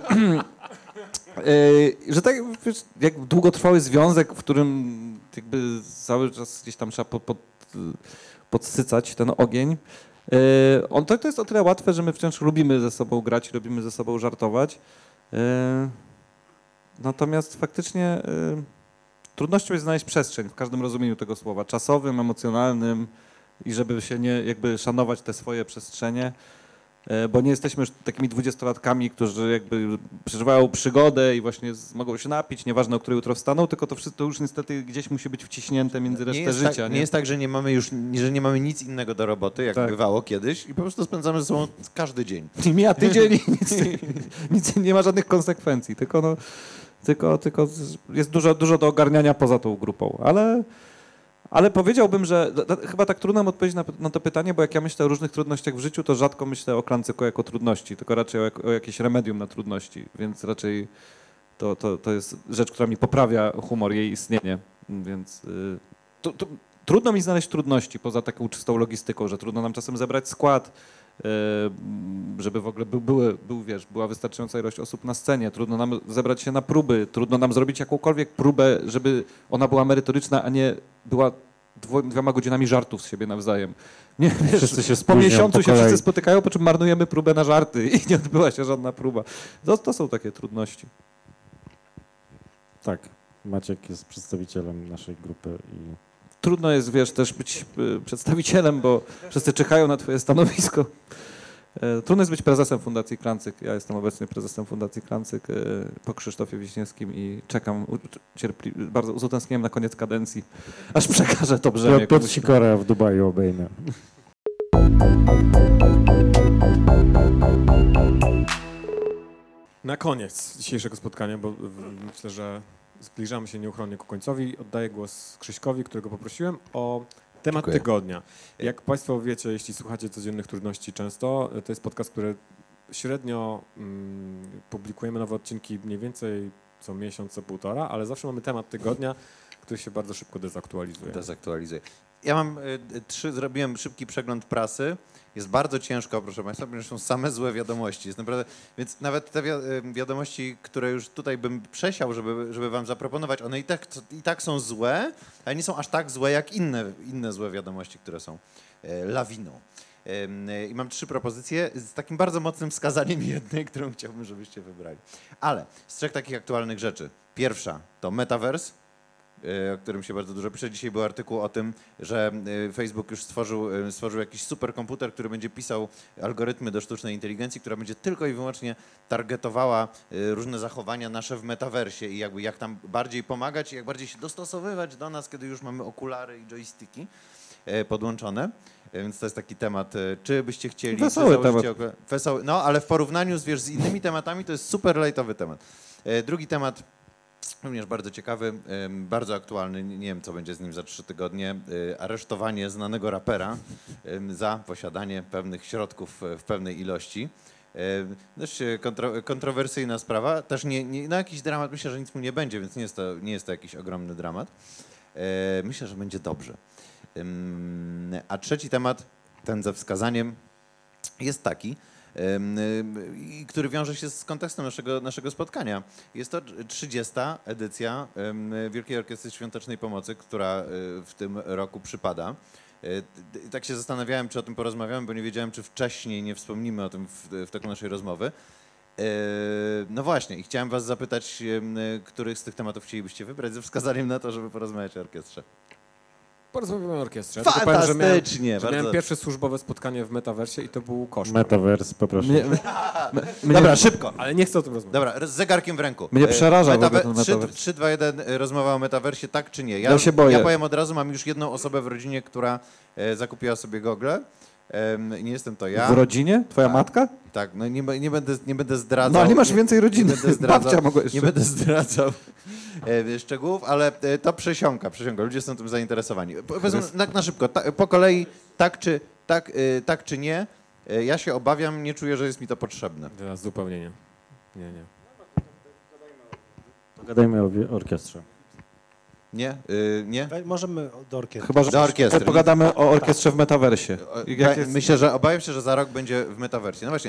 e, że tak, wiesz, jak długotrwały związek, w którym jakby cały czas gdzieś tam trzeba pod, pod, podsycać ten ogień, e, on, to, to jest o tyle łatwe, że my wciąż lubimy ze sobą grać, lubimy ze sobą żartować. E, natomiast faktycznie e, trudnością jest znaleźć przestrzeń w każdym rozumieniu tego słowa, czasowym, emocjonalnym i żeby się nie jakby szanować te swoje przestrzenie, e, bo nie jesteśmy już takimi dwudziestolatkami, którzy jakby przeżywają przygodę i właśnie z, mogą się napić, nieważne o której jutro wstaną, tylko to wszystko już niestety gdzieś musi być wciśnięte między resztę nie jest życia. Tak, nie jest tak, że nie mamy już, że nie mamy nic innego do roboty, jak Tak. bywało kiedyś i po prostu spędzamy ze sobą każdy dzień. I mija tydzień i nic, nic nie ma żadnych konsekwencji, tylko, no, tylko, tylko jest dużo, dużo do ogarniania poza tą grupą, ale, ale powiedziałbym, że da- da- chyba tak trudno nam odpowiedzieć na, na to pytanie, bo jak ja myślę o różnych trudnościach w życiu, to rzadko myślę o klancyku jako trudności, tylko raczej o, jak, o jakieś remedium na trudności, więc raczej to, to, to jest rzecz, która mi poprawia humor, jej istnienie, więc y, to, to, trudno mi znaleźć trudności poza taką czystą logistyką, że trudno nam czasem zebrać skład, e, żeby w ogóle był, były, był, wiesz, była wystarczająca ilość osób na scenie, trudno nam zebrać się na próby, trudno nam zrobić jakąkolwiek próbę, żeby ona była merytoryczna, a nie była dwo, dwiema godzinami żartów z siebie nawzajem. Nie, wiesz, Wszyscy się po spóźnią miesiącu po się kolei. wszyscy spotykają, po czym marnujemy próbę na żarty i nie odbyła się żadna próba. To, to są takie trudności. Tak, Maciek jest przedstawicielem naszej grupy i Trudno jest, wiesz, też być y, przedstawicielem, bo wszyscy czekają na twoje stanowisko. E, Trudno jest być prezesem Fundacji Klancyk. Ja jestem obecnie prezesem Fundacji Klancyk e, po Krzysztofie Wiśniewskim i czekam, u- cierpli, bardzo z utęsknieniem na koniec kadencji, aż przekażę to brzemię. Piotr komuś. Sikora w Dubaju obejmie. Na koniec dzisiejszego spotkania, bo y, myślę, że zbliżamy się nieuchronnie ku końcowi, oddaję głos Krzyśkowi, którego poprosiłem o temat Dziękuję. tygodnia. Jak Państwo wiecie, jeśli słuchacie Codziennych Trudności często, y, to jest podcast, który średnio mm, publikujemy nowe odcinki mniej więcej co miesiąc, co półtora, ale zawsze mamy temat tygodnia, który się bardzo szybko dezaktualizuje. Dezaktualizuję. Ja mam y, trzy, zrobiłem szybki przegląd prasy. Jest bardzo ciężko, proszę Państwa, ponieważ są same złe wiadomości. Jest naprawdę, więc nawet te wi wiadomości, które już tutaj bym przesiał, żeby, żeby Wam zaproponować, one i tak, i tak są złe, ale nie są aż tak złe jak inne, inne złe wiadomości, które są e, lawiną. Ym, I mam trzy propozycje z takim bardzo mocnym wskazaniem jednej, którą chciałbym, żebyście wybrali. Ale z trzech takich aktualnych rzeczy. Pierwsza to Metaverse, o którym się bardzo dużo pisze. Dzisiaj był artykuł o tym, że Facebook już stworzył, stworzył jakiś superkomputer, który będzie pisał algorytmy do sztucznej inteligencji, która będzie tylko i wyłącznie targetowała różne zachowania nasze w metaversie i jakby jak tam bardziej pomagać i jak bardziej się dostosowywać do nas, kiedy już mamy okulary i joysticki podłączone. Więc to jest taki temat, czy byście chcieli... Wesoły temat. Okula- Wesoły, no, ale w porównaniu z, wiesz, z innymi tematami to jest super lightowy temat. Drugi temat, również bardzo ciekawy, ym, bardzo aktualny, nie nie wiem co będzie z nim za trzy tygodnie, y, aresztowanie znanego rapera ym, za posiadanie pewnych środków y, w pewnej ilości. Y, Dość y, kontro, kontrowersyjna sprawa, też nie, nie, no jakiś dramat, myślę, że nic mu nie będzie, więc nie jest to, nie jest to jakiś ogromny dramat. Y, Myślę, że będzie dobrze. Ym, A trzeci temat, ten ze wskazaniem, jest taki, i który wiąże się z kontekstem naszego, naszego spotkania. Jest to trzydziesta edycja Wielkiej Orkiestry Świątecznej Pomocy, która w tym roku przypada. I tak się zastanawiałem, czy o tym porozmawiamy, bo nie wiedziałem, czy wcześniej nie wspomnimy o tym w, w toku naszej rozmowy. No właśnie, i chciałem was zapytać, których z tych tematów chcielibyście wybrać ze wskazaniem na to, żeby porozmawiać o orkiestrze. Porozmawiamy o orkiestrze. Ja tylko powiem, że miałem, Fantastycznie! że miałem bardzo- pierwsze służbowe spotkanie w metaversie i to był koszmar. Metaverse, poproszę. Mnie, mnie, Dobra, szybko. Ale nie chcę o tym rozmawiać. Dobra, z zegarkiem w ręku. Mnie E, przeraża w ogóle metawe- ten trzy- metaverse. trzy, dwa, jeden, e, rozmowa o metaversie, tak czy nie? Ja się boję. Ja powiem od razu, mam już jedną osobę w rodzinie, która e, zakupiła sobie gogle. Em, nie jestem to ja. w rodzinie? Twoja Tak. matka? Tak, no nie, b- nie, będę, nie będę zdradzał. No, ale nie masz więcej rodziny. Nie będę zdradzał, Babcia mogła jeszcze. nie będę zdradzał e, szczegółów, ale e, to przesiąka, przesiąka. Ludzie są tym zainteresowani. Po- Powiedzmy tak na szybko, ta, po kolei tak czy, tak, e, tak czy nie. E, Ja się obawiam, nie czuję, że jest mi to potrzebne. Teraz zupełnie nie. Nie, nie. Pogadajmy o wi- orkiestrze. Nie? Y, nie? We- Możemy do orkiestry. Chyba, że Do orkiestry. pogadamy o orkiestrze w metaversie. O, Jak ba- jest- Myślę, że obawiam się, że za rok będzie w metaversie. No właśnie.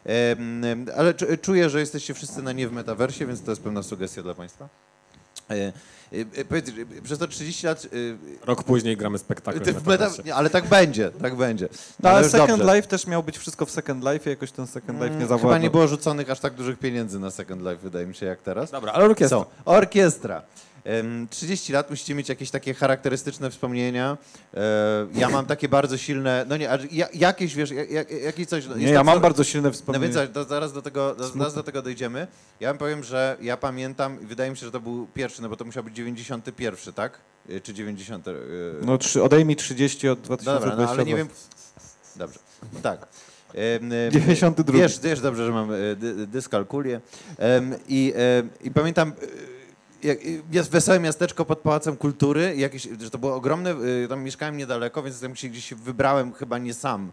Em, em, ale czu- czuję, że jesteście wszyscy na nie w metaversie, więc to jest pewna sugestia dla Państwa. E, e, e, Powiedz, e, przez to trzydzieści lat... e, Rok później gramy spektakl ty w w meta... metaversie. nie, ale tak będzie, tak będzie. No, ale już Second dobrze. Life też miał być wszystko w Second Life, jakoś ten Second Life nie Mm, zawładnął. Chyba nie było rzuconych aż tak dużych pieniędzy na Second Life, wydaje mi się, jak teraz. Dobra, ale orkiestra. Są. Orkiestra. Em, trzydzieści lat, musicie mieć jakieś takie charakterystyczne wspomnienia. E, Ja mam takie bardzo silne, no nie, a ja- jakieś, wiesz, jak, jak, jakieś coś... Nie, jest ja tak, mam co- bardzo silne No wspomnienia. więc do, zaraz, do tego, do, zaraz do tego dojdziemy. Ja wam powiem, że ja pamiętam, wydaje mi się, że to był pierwszy, no bo to musiał być dziewięćdziesiąty pierwszy, tak? Y, Czy dziewięćdziesiąty? y, No trzy, odejmij trzydzieści od dwa tysiące Dobra, no ale nie dwudziestego. wiem... Dobrze, tak. Em, em, dziewięćdziesiąty drugi. Wiesz, wiesz dobrze, że mam y, dy, dyskalkulię. Em, I, em, I pamiętam... y, jak, y, jest wesołe miasteczko pod Pałacem Kultury, jakieś, że to było ogromne, y, tam mieszkałem niedaleko, więc tam się gdzieś wybrałem chyba nie sam,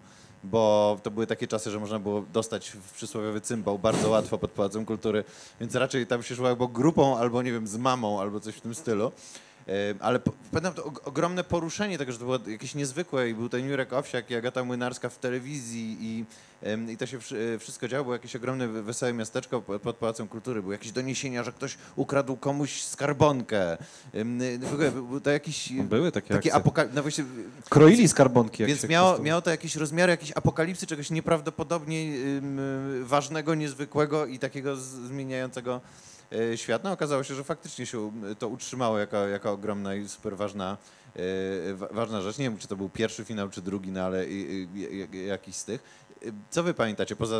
bo to były takie czasy, że można było dostać w przysłowiowy cymbał bardzo łatwo pod Pałacem Kultury, więc raczej tam się szło albo grupą, albo nie wiem, z mamą, albo coś w tym stylu. E, Ale po- pamiętam to og- ogromne poruszenie tego, że to było jakieś niezwykłe i był ten Jurek Owsiak i Agata Młynarska w telewizji i, em, i to się wszy- e, wszystko działo, było jakieś ogromne, we- wesołe miasteczko pod, pod Pałacem Kultury, były jakieś doniesienia, że ktoś ukradł komuś skarbonkę. Em, w ogóle był to jakiś Były takie taki akcje. apokalipsy, no właśnie, Kroili skarbonki. Jak więc się miało, kwestionowało. miało to jakieś rozmiary, jakieś apokalipsy, czegoś nieprawdopodobnie ym, ważnego, niezwykłego i takiego z, zmieniającego e, świat. No okazało się, że faktycznie się um, to utrzymało jako, jako ogromna i super ważna, e, wa- ważna rzecz. Nie wiem, czy to był pierwszy finał, czy drugi, no ale i, i, i, jakiś z tych. E, Co wy pamiętacie poza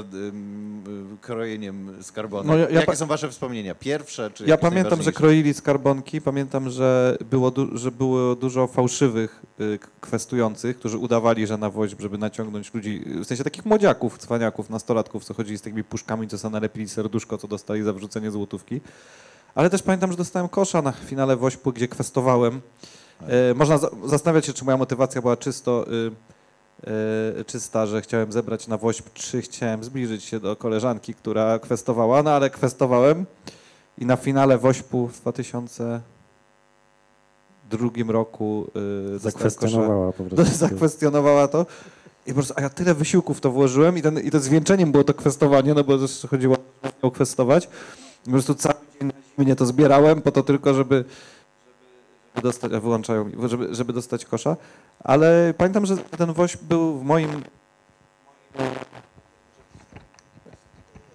ym, krojeniem skarbonek? No ja- ja Jakie pa- są wasze wspomnienia? Pierwsze, czy Ja jakieś pamiętam, że najważniejsze? kroili skarbonki, pamiętam, że było, du- że było dużo fałszywych y, k- kwestujących, którzy udawali, że na woźb, żeby naciągnąć ludzi, y, w sensie takich młodziaków, cwaniaków, nastolatków, co chodzili z takimi puszkami, co sobie nalepili serduszko, co dostali za wrzucenie złotówki. Ale też pamiętam, że dostałem kosza na finale woźpu, gdzie kwestowałem. E, można za- zastanawiać się, czy moja motywacja była czysto y, y, czysta, że chciałem zebrać na woźb, czy chciałem zbliżyć się do koleżanki, która kwestowała, no ale kwestowałem. I na finale woźpu w dwa tysiące drugim roku yy, dostałem kosza. Zakwestionowała po prostu. Zakwestionowała to. I po prostu, a ja tyle wysiłku w to włożyłem i, ten, i to zwieńczeniem było to kwestowanie, no bo też chodziło o kwestować. I po prostu cały dzień mnie to zbierałem po to tylko, żeby, żeby dostać, a wyłączają mi, żeby, żeby dostać kosza. Ale pamiętam, że ten woźb był w moim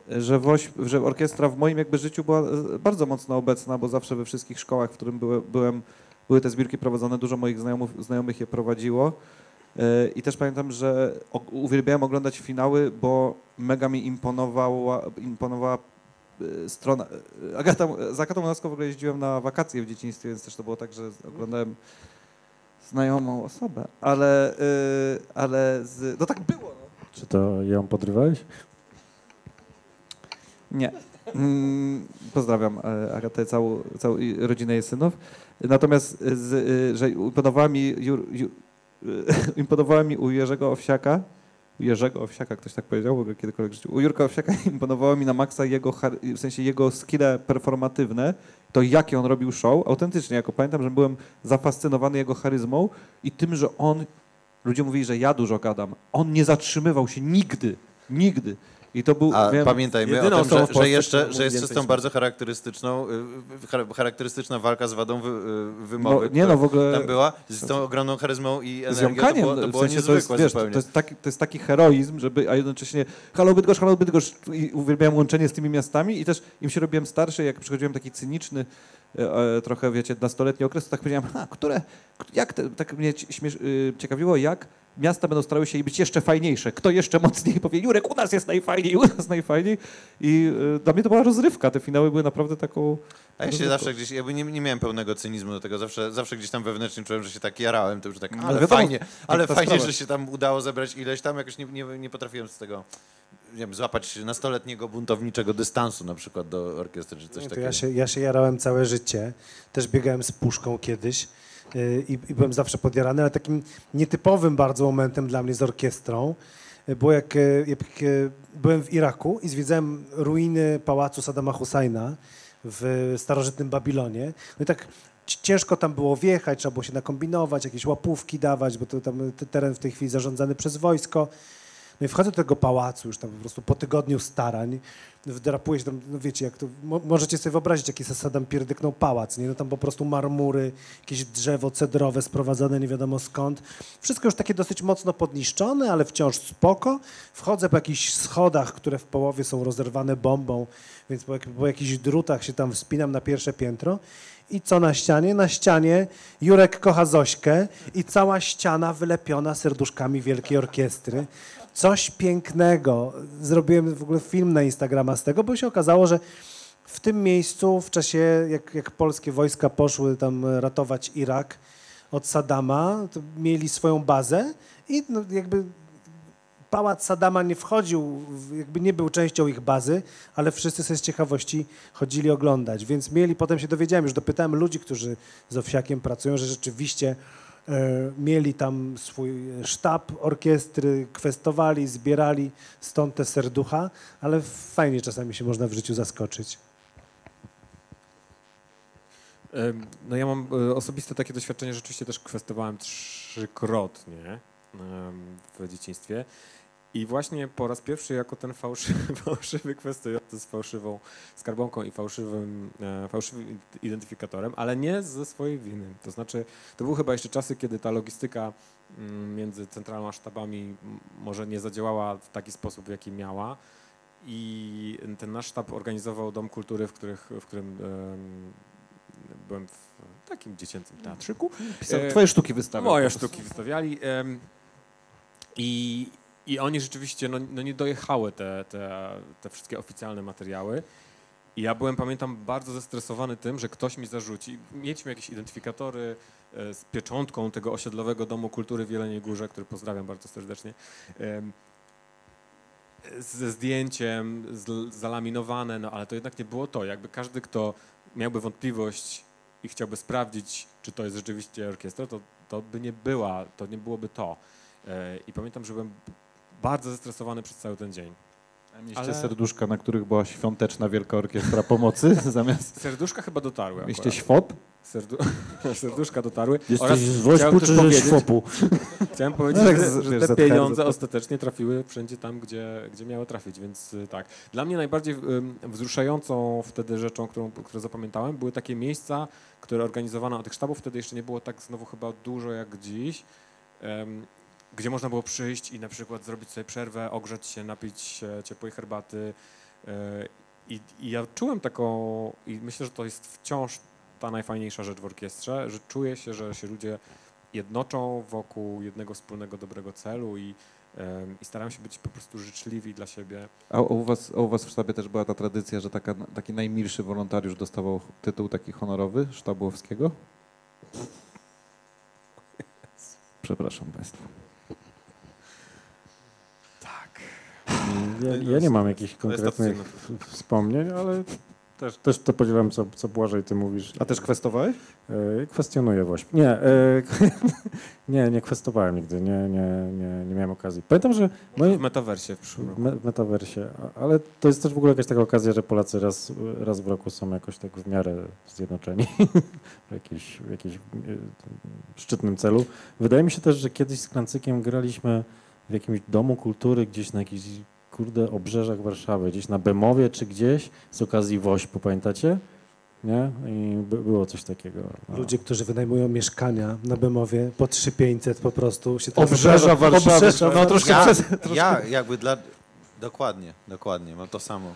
że, woś, że orkiestra w moim jakby życiu była e, bardzo mocno obecna, bo zawsze we wszystkich szkołach, w którym były, byłem, były te zbiórki prowadzone, dużo moich znajomych, znajomych je prowadziło. E, I też pamiętam, że o, uwielbiałem oglądać finały, bo mega mi imponowała, imponowała e, strona. e, Agata, z Agatą Molaską w ogóle jeździłem na wakacje w dzieciństwie, więc też to było tak, że oglądałem znajomą osobę, ale, e, ale z, no tak było. No. Czy to ją podrywałeś? Nie. Mm, pozdrawiam e, Agatę, całą, całą i rodzinę jej synów. Natomiast z, y, że imponowała mi, Jur, Ju, imponowała mi u Jerzego Owsiaka, u Jerzego Owsiaka, ktoś tak powiedział w ogóle kiedykolwiek w życiu, u Jurka Owsiaka imponowało mi na maksa jego, char- w sensie jego skille performatywne, to jakie on robił show, autentycznie, jako pamiętam, że byłem zafascynowany jego charyzmą i tym, że on, ludzie mówili, że ja dużo gadam, on nie zatrzymywał się nigdy, nigdy. I to był, A miałem, pamiętajmy o jedyną tym, osobą że, w Polsce, że jeszcze która że mówi jest więcej zresztą niż bardzo charakterystyczną, y, y, charakterystyczna walka z wadą wy, y, wymowy, no, nie no, w ogóle tam była, z tą ogromną charyzmą i z energią, to jąkaniem, było, to w było sensie niezwykłe to jest, wiesz, to, zupełnie. to, jest taki, to jest taki heroizm, żeby, a jednocześnie halo Bydgoszcz, halo Bydgoszcz i uwielbiałem łączenie z tymi miastami i też im się robiłem starszy, jak przychodziłem taki cyniczny, e, e, trochę wiecie, nastoletni okres, to tak powiedziałem, ha, które, jak te, tak mnie śmiesz, y, ciekawiło, jak miasta będą starały się być jeszcze fajniejsze. Kto jeszcze mocniej powie, Jurek, u nas jest najfajniej, u nas najfajniej. I y, dla mnie to była rozrywka. Te finały były naprawdę taką... A ja się rozrywką. zawsze gdzieś, jakby nie, nie miałem pełnego cynizmu do tego, zawsze, zawsze gdzieś tam wewnętrznie czułem, że się tak jarałem, to że tak, No, ale wiadomo, fajnie, ale ta fajnie, sprawa. że się tam udało zebrać ileś tam, jakoś nie, nie, nie potrafiłem z tego, nie wiem, złapać nastoletniego buntowniczego dystansu na przykład do orkiestry, czy coś Nie, to takiego. ja, się, ja się jarałem całe życie. Też biegałem z puszką kiedyś yy, i, i byłem zawsze podjarany, ale takim nietypowym bardzo momentem dla mnie z orkiestrą yy, było jak, yy, jak yy, byłem w Iraku i zwiedzałem ruiny pałacu Saddama Husajna w starożytnym Babilonie. No i tak ci- ciężko tam było wjechać, trzeba było się nakombinować, jakieś łapówki dawać, bo to tam ten teren w tej chwili zarządzany przez wojsko. No i wchodzę do tego pałacu już tam po prostu po tygodniu starań, wdrapuję się tam, no wiecie, jak to, mo, możecie sobie wyobrazić, jaki Saddam pierdyknął pałac, nie? No tam po prostu marmury, jakieś drzewo cedrowe sprowadzone nie wiadomo skąd. Wszystko już takie dosyć mocno podniszczone, ale wciąż spoko. Wchodzę po jakichś schodach, które w połowie są rozerwane bombą, więc po, jak, po jakichś drutach się tam wspinam na pierwsze piętro. I co na ścianie? Na ścianie Jurek kocha Zośkę i cała ściana wylepiona serduszkami Wielkiej Orkiestry. Coś pięknego. Zrobiłem w ogóle film na Instagrama z tego, bo się okazało, że w tym miejscu w czasie, jak, jak polskie wojska poszły tam ratować Irak od Saddama, to mieli swoją bazę i no jakby pałac Saddama nie wchodził, w- jakby nie był częścią ich bazy, ale wszyscy sobie z ciekawości chodzili oglądać, więc mieli, potem się dowiedziałem, już dopytałem ludzi, którzy z Owsiakiem pracują, że rzeczywiście e, mieli tam swój sztab orkiestry, kwestowali, zbierali stąd te serducha, ale fajnie czasami się można w życiu zaskoczyć. Em, No ja mam e, osobiste takie doświadczenie, rzeczywiście też kwestowałem trzykrotnie em, w dzieciństwie i właśnie po raz pierwszy jako ten fałszywy, fałszywy kwestujący z fałszywą skarbonką i fałszywym, e, fałszywym identyfikatorem, ale nie ze swojej winy. To znaczy, to były chyba jeszcze czasy, kiedy ta logistyka mm, między centralą a sztabami m, może nie zadziałała w taki sposób, w jaki miała. I ten nasz sztab organizował Dom Kultury, w, których, w którym em, byłem w takim dziecięcym teatrzyku. Pisał, E, twoje sztuki wystawiał. Moje po prostu. sztuki wystawiali. em, I, I oni rzeczywiście no, no nie dojechały te, te, te wszystkie oficjalne materiały. I ja byłem, pamiętam, bardzo zestresowany tym, że ktoś mi zarzuci. Mieliśmy jakieś identyfikatory e, z pieczątką tego osiedlowego Domu Kultury w Jeleniej Górze, który pozdrawiam bardzo serdecznie. em, ze zdjęciem, z, zalaminowane, no ale to jednak nie było to. Jakby każdy, kto miałby wątpliwość i chciałby sprawdzić, czy to jest rzeczywiście orkiestra, to, to by nie była, to nie byłoby to. E, I pamiętam, że byłem bardzo zestresowany przez cały ten dzień. A Mieliście ale- serduszka, na których była świąteczna Wielka Orkiestra Pomocy zamiast... Serduszka chyba dotarły. Mieliście akurat. świop? Serdu... Serduszka dotarły. Jesteś Oraz z chciałem Wośpu też czy ze powiedzieć- Szwopu? Chciałem powiedzieć, No tak, że, z- że wiesz, te Z H R, pieniądze to- ostatecznie trafiły wszędzie tam, gdzie, gdzie miały trafić, więc y, tak. Dla mnie najbardziej ym, wzruszającą wtedy rzeczą, którą, którą zapamiętałem, były takie miejsca, które organizowano, a tych sztabów wtedy jeszcze nie było tak znowu chyba dużo jak dziś, ym, gdzie można było przyjść i na przykład zrobić sobie przerwę, ogrzać się, napić się ciepłej herbaty, E, I, I ja czułem taką, i myślę, że to jest wciąż ta najfajniejsza rzecz w orkiestrze, że czuję się, że się ludzie jednoczą wokół jednego wspólnego dobrego celu i, em, i starają się być po prostu życzliwi dla siebie. A u was, a u was w sztabie też była ta tradycja, że taka, taki najmilszy wolontariusz dostawał tytuł taki honorowy sztabu łowskiego? Przepraszam państwa. Tak. Ja, ja nie mam jakichś To jest konkretnych absurdne. w- wspomnień, ale też, też to podzielam, co, co Błażej ty mówisz. A też kwestowałeś? E, Kwestionuję właśnie. Nie, e, nie, nie kwestowałem nigdy, nie, nie, nie, nie miałem okazji. Pamiętam, że moi, W metaversie w przyszłym roku. w me- w metaversie, a- ale to jest też w ogóle jakaś taka okazja, że Polacy raz, raz w roku są jakoś tak w miarę zjednoczeni w jakimś, w jakimś e, szczytnym celu. Wydaje mi się też, że kiedyś z Klancykiem graliśmy w jakimś domu kultury gdzieś na jakichś, kurde, obrzeżach Warszawy, gdzieś na Bemowie czy gdzieś z okazji Wośpu, pamiętacie? Nie? I by, było coś takiego. No. Ludzie, którzy wynajmują mieszkania na Bemowie po trzy tysiące pięćset po prostu się tam Obrzeża Warszawy. Obrzeża No, troszkę Ja, przez, ja jakby dla... Dokładnie, dokładnie, mam to samo.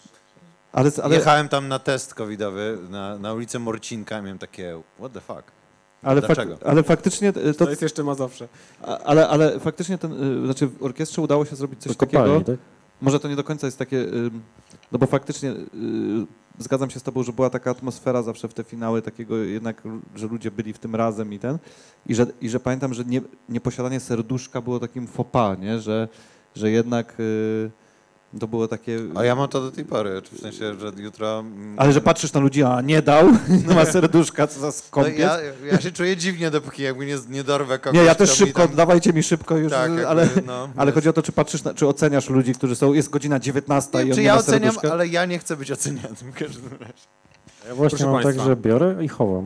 ale, ale, Jechałem tam na test covidowy na, na ulicę Morcinka i miałem takie, what the fuck? ale, fak, Dlaczego? ale faktycznie e, to, To jest jeszcze Mazowsze. a- ale, ale faktycznie ten, y, znaczy w orkiestrze udało się zrobić coś To kopalni, takiego. tak? Może to nie do końca jest takie, y, no bo faktycznie y, zgadzam się z tobą, że była taka atmosfera zawsze w te finały takiego jednak, że ludzie byli w tym razem i ten i że, i że pamiętam, że nie, nieposiadanie serduszka było takim faux pas, nie? Że, że jednak y, to było takie... A ja mam to do tej pory, w sensie, że jutro... mm, Ale że patrzysz na ludzi, a nie dał, nie ma serduszka, co za No skąpiec. ja, ja się czuję dziwnie, dopóki jakby nie, nie dorwę kogoś. Nie, ja też kto mi szybko, tam- dawajcie mi szybko już, Tak, jakby, ale, no, ale wiesz. chodzi o to, czy patrzysz, na, czy oceniasz ludzi, którzy są, jest godzina dziewiętnasta i Nie, on czy nie ja ma oceniam, serduszka. ale ja nie chcę być ocenianym w każdym razie. Ja właśnie Proszę mam państwa. tak, że biorę i chowam.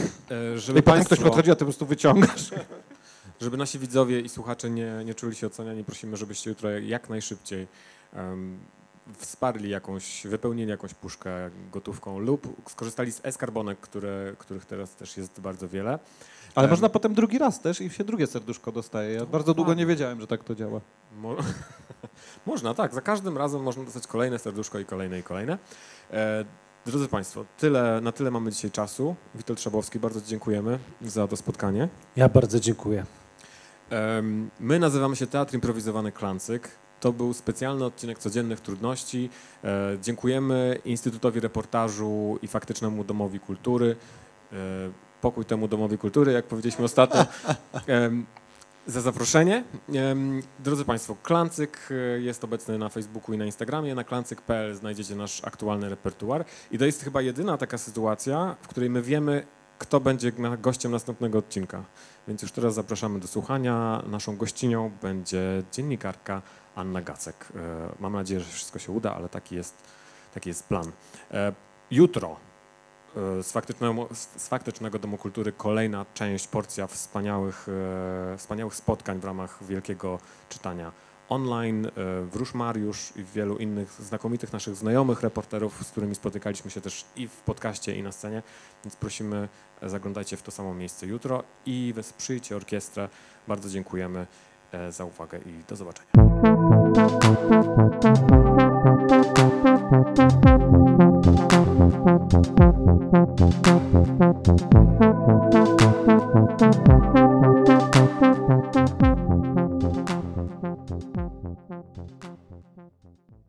E, Żeby, I potem ktoś państwo, podchodzi, a ty po prostu wyciągasz. żeby nasi widzowie i słuchacze nie, nie czuli się oceniani, prosimy, żebyście jutro jak najszybciej um, wsparli jakąś, wypełnili jakąś puszkę gotówką lub skorzystali z e-skarbonek, które, których teraz też jest bardzo wiele. Ale Em, można potem drugi raz też i się drugie serduszko dostaje. Ja bardzo długo nie wiedziałem, że tak to działa. Mo- można, tak. Za każdym razem można dostać kolejne serduszko i kolejne i kolejne. E, drodzy Państwo, tyle, na tyle mamy dzisiaj czasu. Witold Szabowski, bardzo Ci dziękujemy za to spotkanie. Ja bardzo dziękuję. Em, My nazywamy się Teatr Improwizowany Klancyk. To był specjalny odcinek Codziennych Trudności. E, Dziękujemy Instytutowi Reportażu i Faktycznemu Domowi Kultury. E, Pokój temu Domowi Kultury, jak powiedzieliśmy ostatnio. Em, Za zaproszenie. Em, Drodzy Państwo, Klancyk e, jest obecny na Facebooku i na Instagramie. Na klancyk kropka p l znajdziecie nasz aktualny repertuar. I to jest chyba jedyna taka sytuacja, w której my wiemy, kto będzie na- gościem następnego odcinka. Więc już teraz zapraszamy do słuchania. Naszą gościnią będzie dziennikarka Anna Gacek. E, Mam nadzieję, że wszystko się uda, ale taki jest, taki jest plan. E, Jutro e, z faktycznego, z faktycznego Domu Kultury kolejna część, porcja wspaniałych, e, wspaniałych spotkań w ramach wielkiego czytania online, e, w Róż Mariusz i w wielu innych znakomitych naszych znajomych reporterów, z którymi spotykaliśmy się też i w podcaście, i na scenie. Więc prosimy, e, zaglądajcie w to samo miejsce jutro i wesprzyjcie orkiestrę. Bardzo dziękujemy e, za uwagę i do zobaczenia.